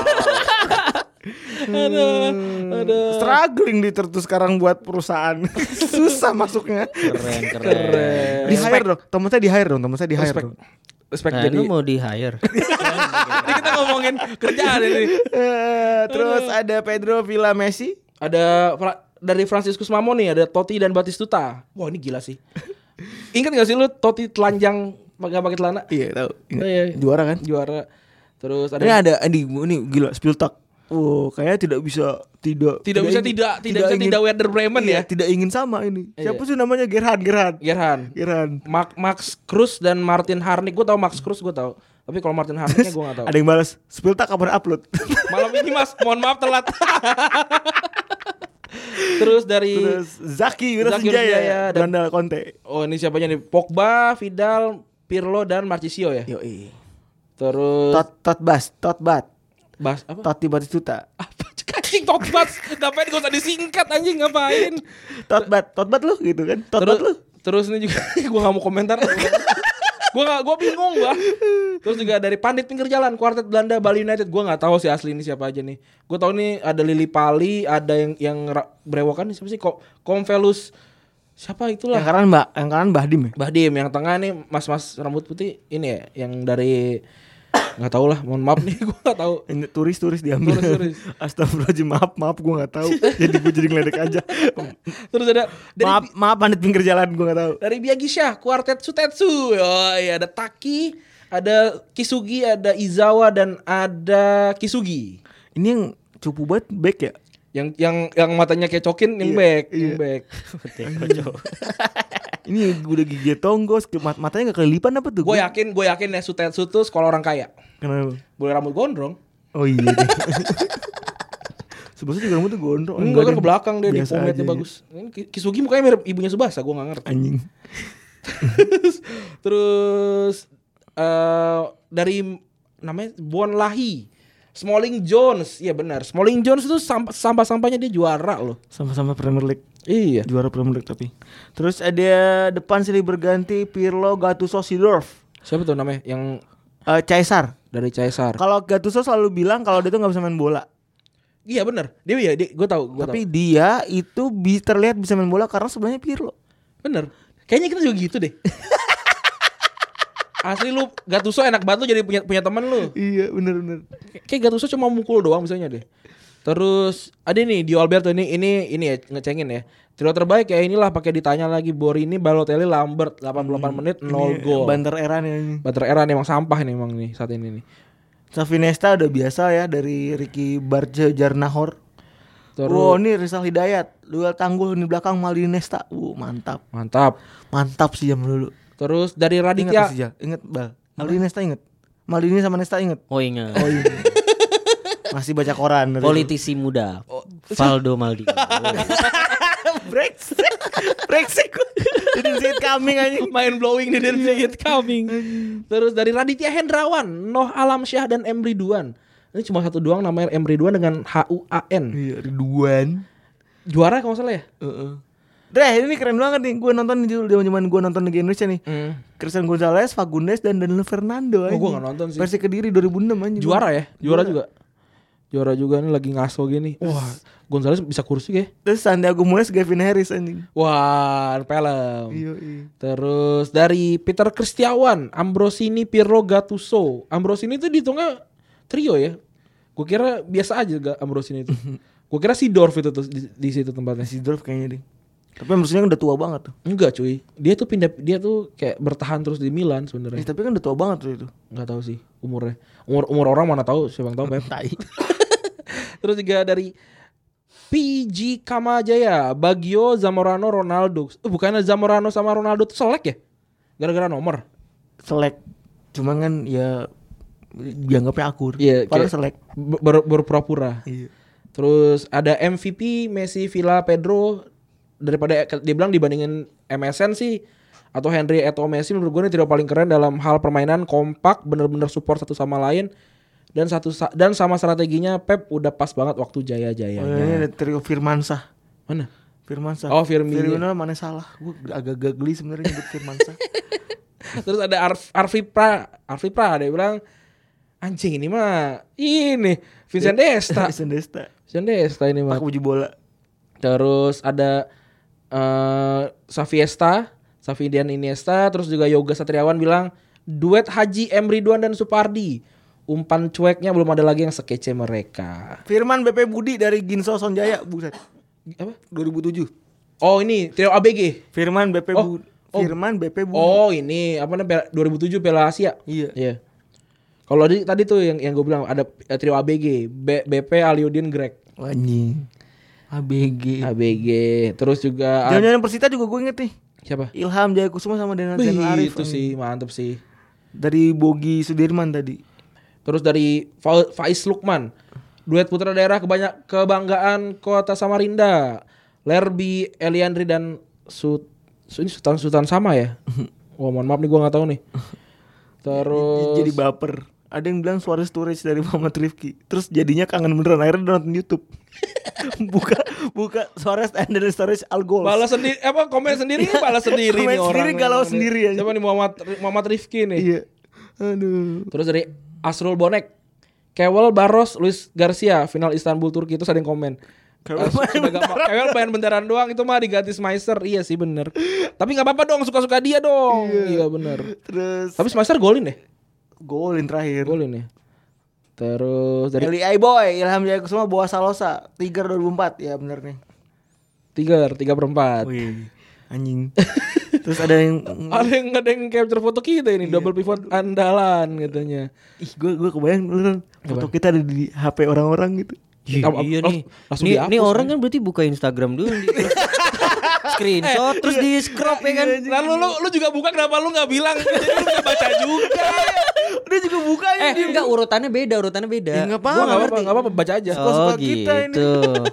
Aduh. Struggling di terus sekarang buat perusahaan. Susah masuknya. Keren. Di hire dong, temen saya di hire dong. Respect Nah, jadi. lu mau di hire. Ini kita ngomongin kerjaan ini. Terus ada Pedro Villa Messi. Ada dari Franciscus Mamo nih, ada Totti dan Batistuta. Wah, ini gila sih. Ingat gak sih lu Totti telanjang gak pakai celana? Iya tahu. Iya. Juara kan? Juara. Terus ada ini gila Spiltak. Kayaknya tidak bisa tidak Werder Bremen iya, ya. Tidak ingin sama ini. Iya. Siapa sih namanya Gerhan. Max Cruz dan Martin Harnik. Gue tahu Max Cruz, gue tahu. Tapi kalau Martin Harniknya gue gak tahu. Ada yang balas Spiltak kapan upload? Malam ini Mas, mohon maaf telat. Terus Zaki Wirasinjaya dan Daniel Conte. Oh, ini siapanya nih? Pogba, Vidal, Pirlo dan Marchisio ya. Yoi. Terus Totbat. Bas apa? Totti Batistuta. Apa? Anjing Totbat. Ngapain gak usah disingkat anjing, ngapain? Totbat lu gitu kan. Totbat lu. Terus ini juga gue gak mau komentar. Gue bingung gua. Terus juga dari Pandit Pinggir Jalan, kuartet Belanda Bali United. Gue nggak tahu sih asli ini siapa aja nih. Gue tahu nih ada Lili Pali, ada yang berewokan nih siapa sih? Convelus siapa itulah. Yang kanan Bahdim ya. Bahdim, yang tengah nih mas-mas rambut putih ini ya, yang dari nggak tahu lah, mohon maaf nih, gue nggak tahu. Ini turis diambil. Turis. Astagfirullahaladzim, maaf gue nggak tahu. Jadi gue jadi ngeledek aja. Terus ada maaf Pandit Pinggir Jalan, gue nggak tahu. Dari Biagisha, kuartet Sutetsu. Oh iya, ada Taki, ada Kisugi, ada Izawa dan ada Kisugi. Ini yang cupu banget back ya? Yang matanya kayak cokin, yang back. Ini udah gigi tonggos, matanya nggak kelilipan apa tuh? Gue yakin ya Sutetsu tuh sekolah orang kaya. Kenapa? Boleh rambut gondrong. Oh iya. Subasa juga rambutnya gondrong. Enggak kan ke belakang dia, di biasa pomade-nya aja. bagus. Ini Kisugi mukanya mirip ibunya Subasa, gue gak ngerti. Anjing. Terus dari namanya Bon Lahi, Smalling Jones. Iya benar, Smalling Jones itu sampah-sampahnya dia juara loh. Sama-sama Premier League. Iya. Juara Premier League tapi. Terus ada depan silih berganti Pirlo, Gattuso, Seedorf. Siapa tuh namanya? Yang Caesar. dari Caesar. Kalau Gattuso selalu bilang kalau dia tuh nggak bisa main bola. Iya benar. Dia gue tahu. Tapi dia itu terlihat bisa main bola karena sebelahnya Pirlo. Bener. Kayaknya kita juga gitu deh. Asli lu Gattuso enak banget lu jadi punya teman lu. Iya bener. Kayak Gattuso cuma mukul doang misalnya deh. Terus ada nih Dio Alberto ini ya ngecengin ya. Trio terbaik ya inilah pakai ditanya lagi Borini, Balotelli, Lambert 88 menit 0 gol. Banter era nih. Banter era nih emang sampah nih emang nih saat ini nih. Xavi Nesta udah biasa ya dari Ricky Barja-Jarnahor. Terus Ini Rizal Hidayat, duel tanggul di belakang Maldini Nesta. Mantap. Mantap sih jam dulu. Terus dari Raditya. Ingat Bal. Maldini Nesta ingat. Maldini sama Nesta ingat. Oh ingat. Masih baca koran. Politisi muda. Valdo Maldini. Brengsek. Didn't see it coming anjing. Mind blowing didn't see it coming. Terus dari Raditya Hendrawan, Noh Alamsyah dan M Ridwan. Ini cuma satu doang namanya M Ridwan dengan HUAN. Iya, Ridwan. Juara kalau nggak salah ya? Dre, ini keren banget nih. Gue nonton dulu zaman gue nonton Liga Indonesia nih. Christian Gonzalez, Fagundes dan Danilo Fernando anjing. Gue nggak nonton sih. Versi Kediri 2006 anjing. Juara ya? Juara juga nih lagi ngaso gini. Wah, Gonzalez bisa kursi ya? Terus Santiago Mules, Gavin Harris anjing. Wah, film. Iya. Terus dari Peter Kristiawan, Ambrosini, Pirlo, Gattuso. Ambrosini itu dihitungnya trio ya? Gue kira biasa aja gak Ambrosini itu. Gue kira Seedorf itu tuh di situ tempatnya. Seedorf kayaknya deh. Tapi Ambrosini udah tua banget tuh. Enggak cuy, dia tuh kayak bertahan terus di Milan sebenarnya. Tapi kan udah tua banget tuh itu. Enggak tahu sih umurnya. Umur orang mana tahu, siapa yang tahu Pep. Terus juga dari PG Kamajaya, Baggio, Zamorano, Ronaldo. Bukannya Zamorano sama Ronaldo tuh selek ya? Gara-gara nomor. Selek. Cuma kan ya dianggapnya akur. Iya, padahal selek. Berpura-pura. Iya. Terus ada MVP Messi, Villa, Pedro. Daripada dia bilang dibandingin MSN sih atau Henry atau Messi, menurut gue ini trio paling keren dalam hal permainan, kompak, bener-bener support satu sama lain dan sama strateginya Pep udah pas banget waktu jaya-jayanya. Oh, ini ada trio Firmansyah. Mana? Firmansyah. Oh, Firmino mana salah? Gue agak geli sebenarnya nyebut Firmansyah. Terus ada Arfi Pra dia bilang anjing ini mah ini Vincent Desta. Vincent Desta ini mah. Pakai baju bola. Terus ada Safidian Iniesta, terus juga Yoga Satriawan bilang duet Haji M Ridwan dan Supardi. Umpan cueknya belum ada lagi yang sekece mereka. Firman BP Budi dari Ginso Sonjaya, buset. Apa? 2007. Oh, ini trio ABG. Firman BP Budi. Firman BP Budi. Oh, ini apa namanya 2007 Piala Asia. Iya. Kalau tadi tuh yang gue bilang ada trio ABG, BP Aliudin Greg. Anjing. ABG. Terus juga Jangan-jangan Persita juga gue inget nih. siapa? Ilham Jayakusuma sama Zainal Arif. Itu sih mantep sih. Dari Bogi Sudirman tadi. Terus dari Faiz Lukman, duet putra daerah kebanggaan Kota Samarinda, Lerby, Eliandri dan ini Sultan sama ya? Wah, mohon maaf nih gue nggak tahu nih. Terus jadi baper. Ada yang bilang suara storage dari Muhammad Rifki. Terus jadinya kangen beneran, akhirnya nonton YouTube. buka suara standar storage Algol. balas sendiri komen sendiri balas sendiri Komen nih orang. sendiri galau sendiri aja. Siapa nih Muhammad Rifki nih? Iya. Aduh. Terus dari Asrul Bonek, Kewel Barros, Luis Garcia, final Istanbul Turki. Itu ada yang komen. Kewel main bentaran doang, itu mah diganti Schmeiser. Iya sih bener. Tapi nggak apa-apa dong, suka-suka dia dong. Iya bener. Terus Tapi Schmeiser golin deh. golin terakhir. Golin ya. Terus dari Eli Boy, Ilham Jayakusuma, Boa Salosa, Tiger 2004. Ya bener nih. 3/4. Wih, anjing. Terus ada yang Ada yang capture foto kita ini, double pivot andalan katanya. ih gue kebayang beneran foto kita ada di HP orang-orang gitu. Iya nih. Langsung Nih dihapus, orang kan berarti buka Instagram dulu di screenshot terus di scrop ya kan. Lalu lu juga buka, kenapa lu nggak bilang? Jadi lu bisa baca juga. Dia juga buka ini. Enggak, urutannya beda. Ya, nggak Gua apa-apa. nggak apa-apa, baca aja. Oh kita ini. gitu.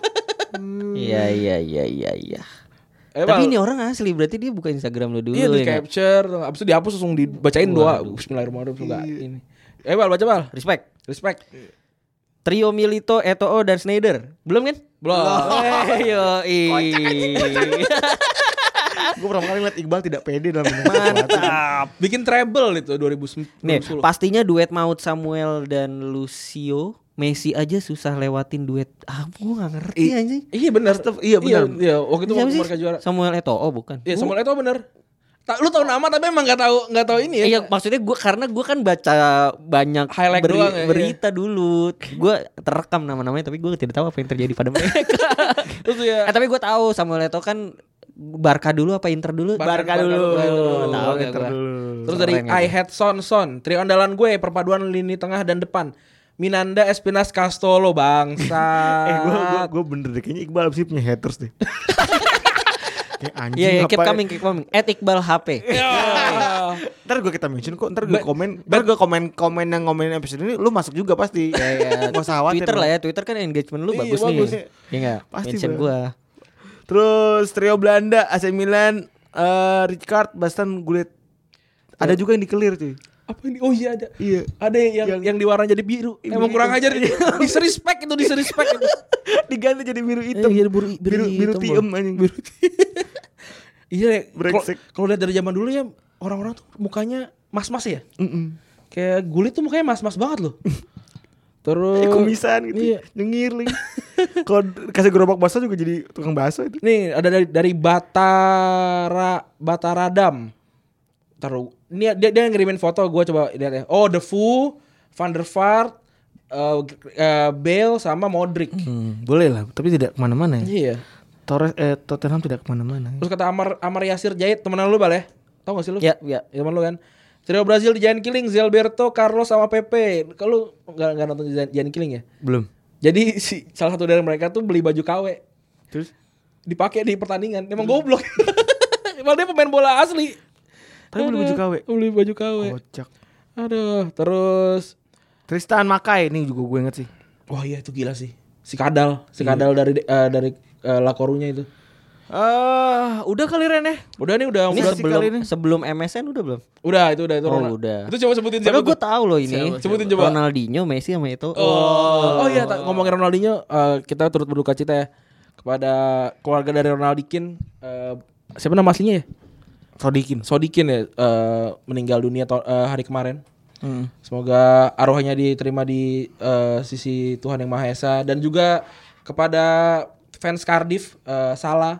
Iya. Tapi ini orang asli, berarti dia buka Instagram lu dulu Iya, di ya. capture, abis itu dihapus langsung dibacain doa. Bismillahirrahmanirrahim. Enggak ini. Bal, baca Bal. Respect. Trio Milito, Eto'o dan Schneider. Belum kan? Belum. Gue pertama kali ngeliat Iqbal tidak pede dalam Mantap. Bikin treble itu 2010. Nih, pastinya duet Maut Samuel dan Lucio. Messi aja susah lewatin duet. Gue gak ngerti anjing. Iya benar. Iya, benar. Iya, waktu itu Siapa waktu sih? mereka juara. Samuel Eto'o bukan? Iya, Samuel Eto'o benar. Lu tahu nama tapi emang enggak tahu ini ya. Iya, maksudnya karena gue kan baca banyak Highlight doang ya, berita dulu. Gue terekam nama-namanya tapi gue tidak tahu apa yang terjadi pada mereka. Terus ya. Tapi gue tahu Samuel Eto'o kan Barca dulu apa Inter dulu? Barca dulu. Tahu gak Inter gua? dulu. Terus dari Keren, I Had Son, trio andalan gue, perpaduan lini tengah dan depan. Minanda, Espinas, Castolo, bangsa. Gue bener deh, kayaknya Iqbal abis ini punya haters deh. Kayak anjing. Iya, keep apa- coming. Iqbal HP. Ntar gue kita mention kok, ntar gue komen yang ngomenin episode ini, lu masuk juga pasti. Iya. Gak usah khawatir. Twitter lah ya, Twitter kan engagement lu Iya, bagus bagus nih. Iya enggak? Pasti, Mention Bang. gua. Terus trio Belanda AC Milan, Rijkaard, Basten, Gullit. Ada juga yang dikelir cuy. Apa ini? Oh iya ada. Iya. Ada yang diwarna jadi biru. Emang kurang ajar disrespect itu. Diganti jadi biru hitam. Iya, biru hitam, tiem anjing. Biru. Iya, Brengsek. kalau lihat dari zaman dulu ya orang-orang tuh mukanya mas-mas ya. Kayak Gullit tuh mukanya mas-mas banget loh. Terus kumisan gitu. Iya. Nyengir lagi. Kalau kasih gerobak bakso juga jadi tukang bakso itu. Nih ada dari Bataradam. Taruh. Ini dia ngirimin foto, gue coba lihat ya. Oh, The Foo, Van der Vaart, Bale sama Modric. Boleh lah, tapi tidak kemana-mana ya. Iya. Tottenham tidak kemana-mana. Terus kata Amar Yasir Jait, temenan lu Bal ya? Tahu gak sih lu? Ya. Temen lu kan. Trio Brazil di Giant Killing, Zilberto, Carlos sama Pepe. Kalau nggak nonton Giant Killing ya? Belum. Jadi salah satu dari mereka tuh beli baju KW. Terus Dipakai di pertandingan. Emang goblok. Emang dia pemain bola asli. tapi beli baju KW. Beli baju KW. Kocak. Aduh, terus Tristan Makai ini juga gue inget sih. wah iya itu gila sih. Si Kadal dari La Coruña itu. Udah kali Ren ya. Udah nih udah Ini kali ini. sebelum MSN udah belum? Udah itu Oh, Ronald. udah. Itu coba sebutin siapa Padahal gue tuh? tahu loh ini. Sebutin coba. Ronaldinho, Messi sama itu. Oh iya ngomongin Ronaldinho, kita turut berduka cita ya kepada keluarga dari Ronaldikin. Siapa nama aslinya ya? Sodikin ya, meninggal dunia hari kemarin. Semoga arwahnya diterima di sisi Tuhan Yang Maha Esa. Dan juga kepada fans Cardiff, Salah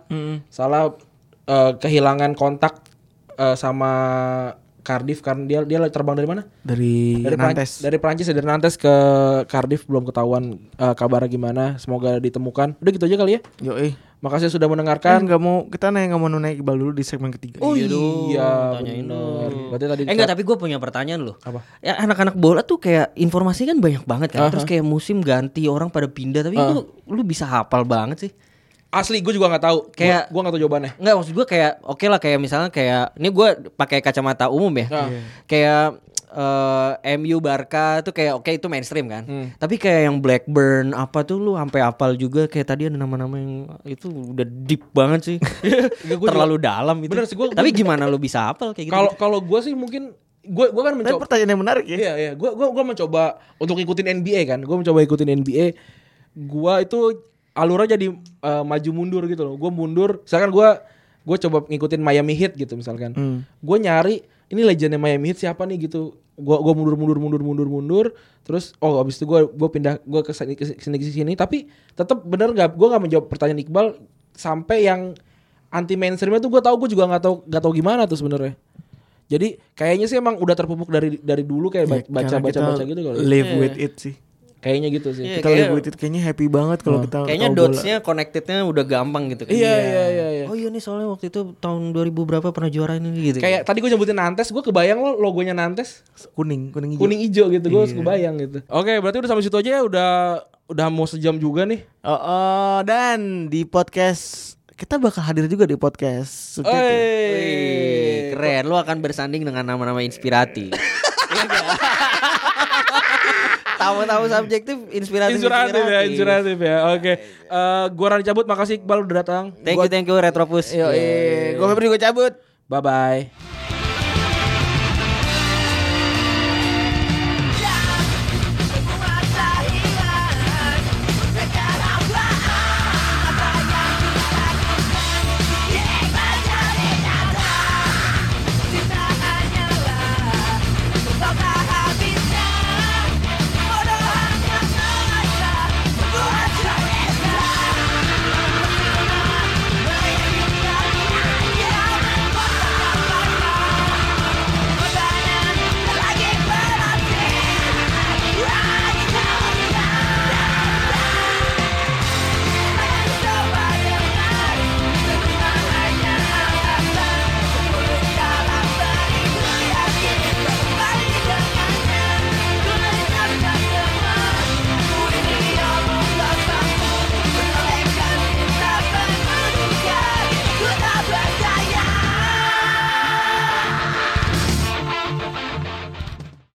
kehilangan kontak sama Cardiff karena dia terbang dari mana? Dari Nantes. Dari Prancis ya, dari Nantes ke Cardiff, belum ketahuan kabarnya gimana. Semoga ditemukan. Udah gitu aja kali ya. Yoi. Makasih sudah mendengarkan. Kita nggak mau nunai Iqbal dulu di segmen ketiga. Oh iya, tanyain bener. dong. Berarti tadi Enggak, tapi gue punya pertanyaan loh. Apa? Ya anak-anak bola tuh kayak informasi kan banyak banget kan. Terus kayak musim ganti orang pada pindah, tapi lu bisa hafal banget sih. Asli gue juga nggak tahu. Kayak- gue nggak tahu jawabannya. Enggak, maksud gue kayak oke lah, kayak misalnya kayak ini gue pakai kacamata umum ya. Kayak MU Barca tuh kayak oke itu mainstream kan. Tapi kayak yang Blackburn apa tuh lu sampai hafal juga, kayak tadi ada nama-nama yang itu udah deep banget sih. Terlalu dalam itu. Bener sih, gua- Tapi gimana lu bisa hafal kayak gitu? Kalau gue sih mungkin gue kan Tapi mencoba. pertanyaan yang menarik ya. Iya. Gue mencoba untuk ngikutin NBA kan. Gue mencoba ikutin NBA. Gue itu alurnya jadi maju mundur gitu loh. Gue mundur. Misalkan gue coba ngikutin Miami Heat gitu misalkan. Gue nyari ini legendnya Miami Heat siapa nih gitu. Gue mundur. Terus abis itu gue pindah gue ke sini. Tapi tetap bener gue nggak menjawab pertanyaan Iqbal sampai yang anti mainstreamnya tuh gue juga nggak tahu gimana tuh sebenarnya. Jadi kayaknya sih emang udah terpupuk dari dulu kayak baca gitu kalau live with it sih. kayaknya gitu sih. Iya, Kita live with it kayaknya happy banget kalau kita Kayaknya tahu bola. dots-nya connected-nya udah gampang gitu kan. Iya. Oh iya nih soalnya waktu itu tahun 2000 berapa pernah juara ini gitu. Kayak tadi gue nyebutin Nantes, gue kebayang lo logonya Nantes kuning hijau. kuning hijau gitu, gue kebayang gitu. Oke, berarti udah sampai situ aja ya, udah mau sejam juga nih. Dan di podcast kita bakal hadir juga di podcast Subtitle. Wih, keren, lu akan bersanding dengan nama-nama inspiratif. Tahu-tahu subjektif inspiratif ya. Oke. Gua Rani cabut, makasih Iqbal udah datang. Thank you Retropus. Gue Febri gue cabut. Bye bye.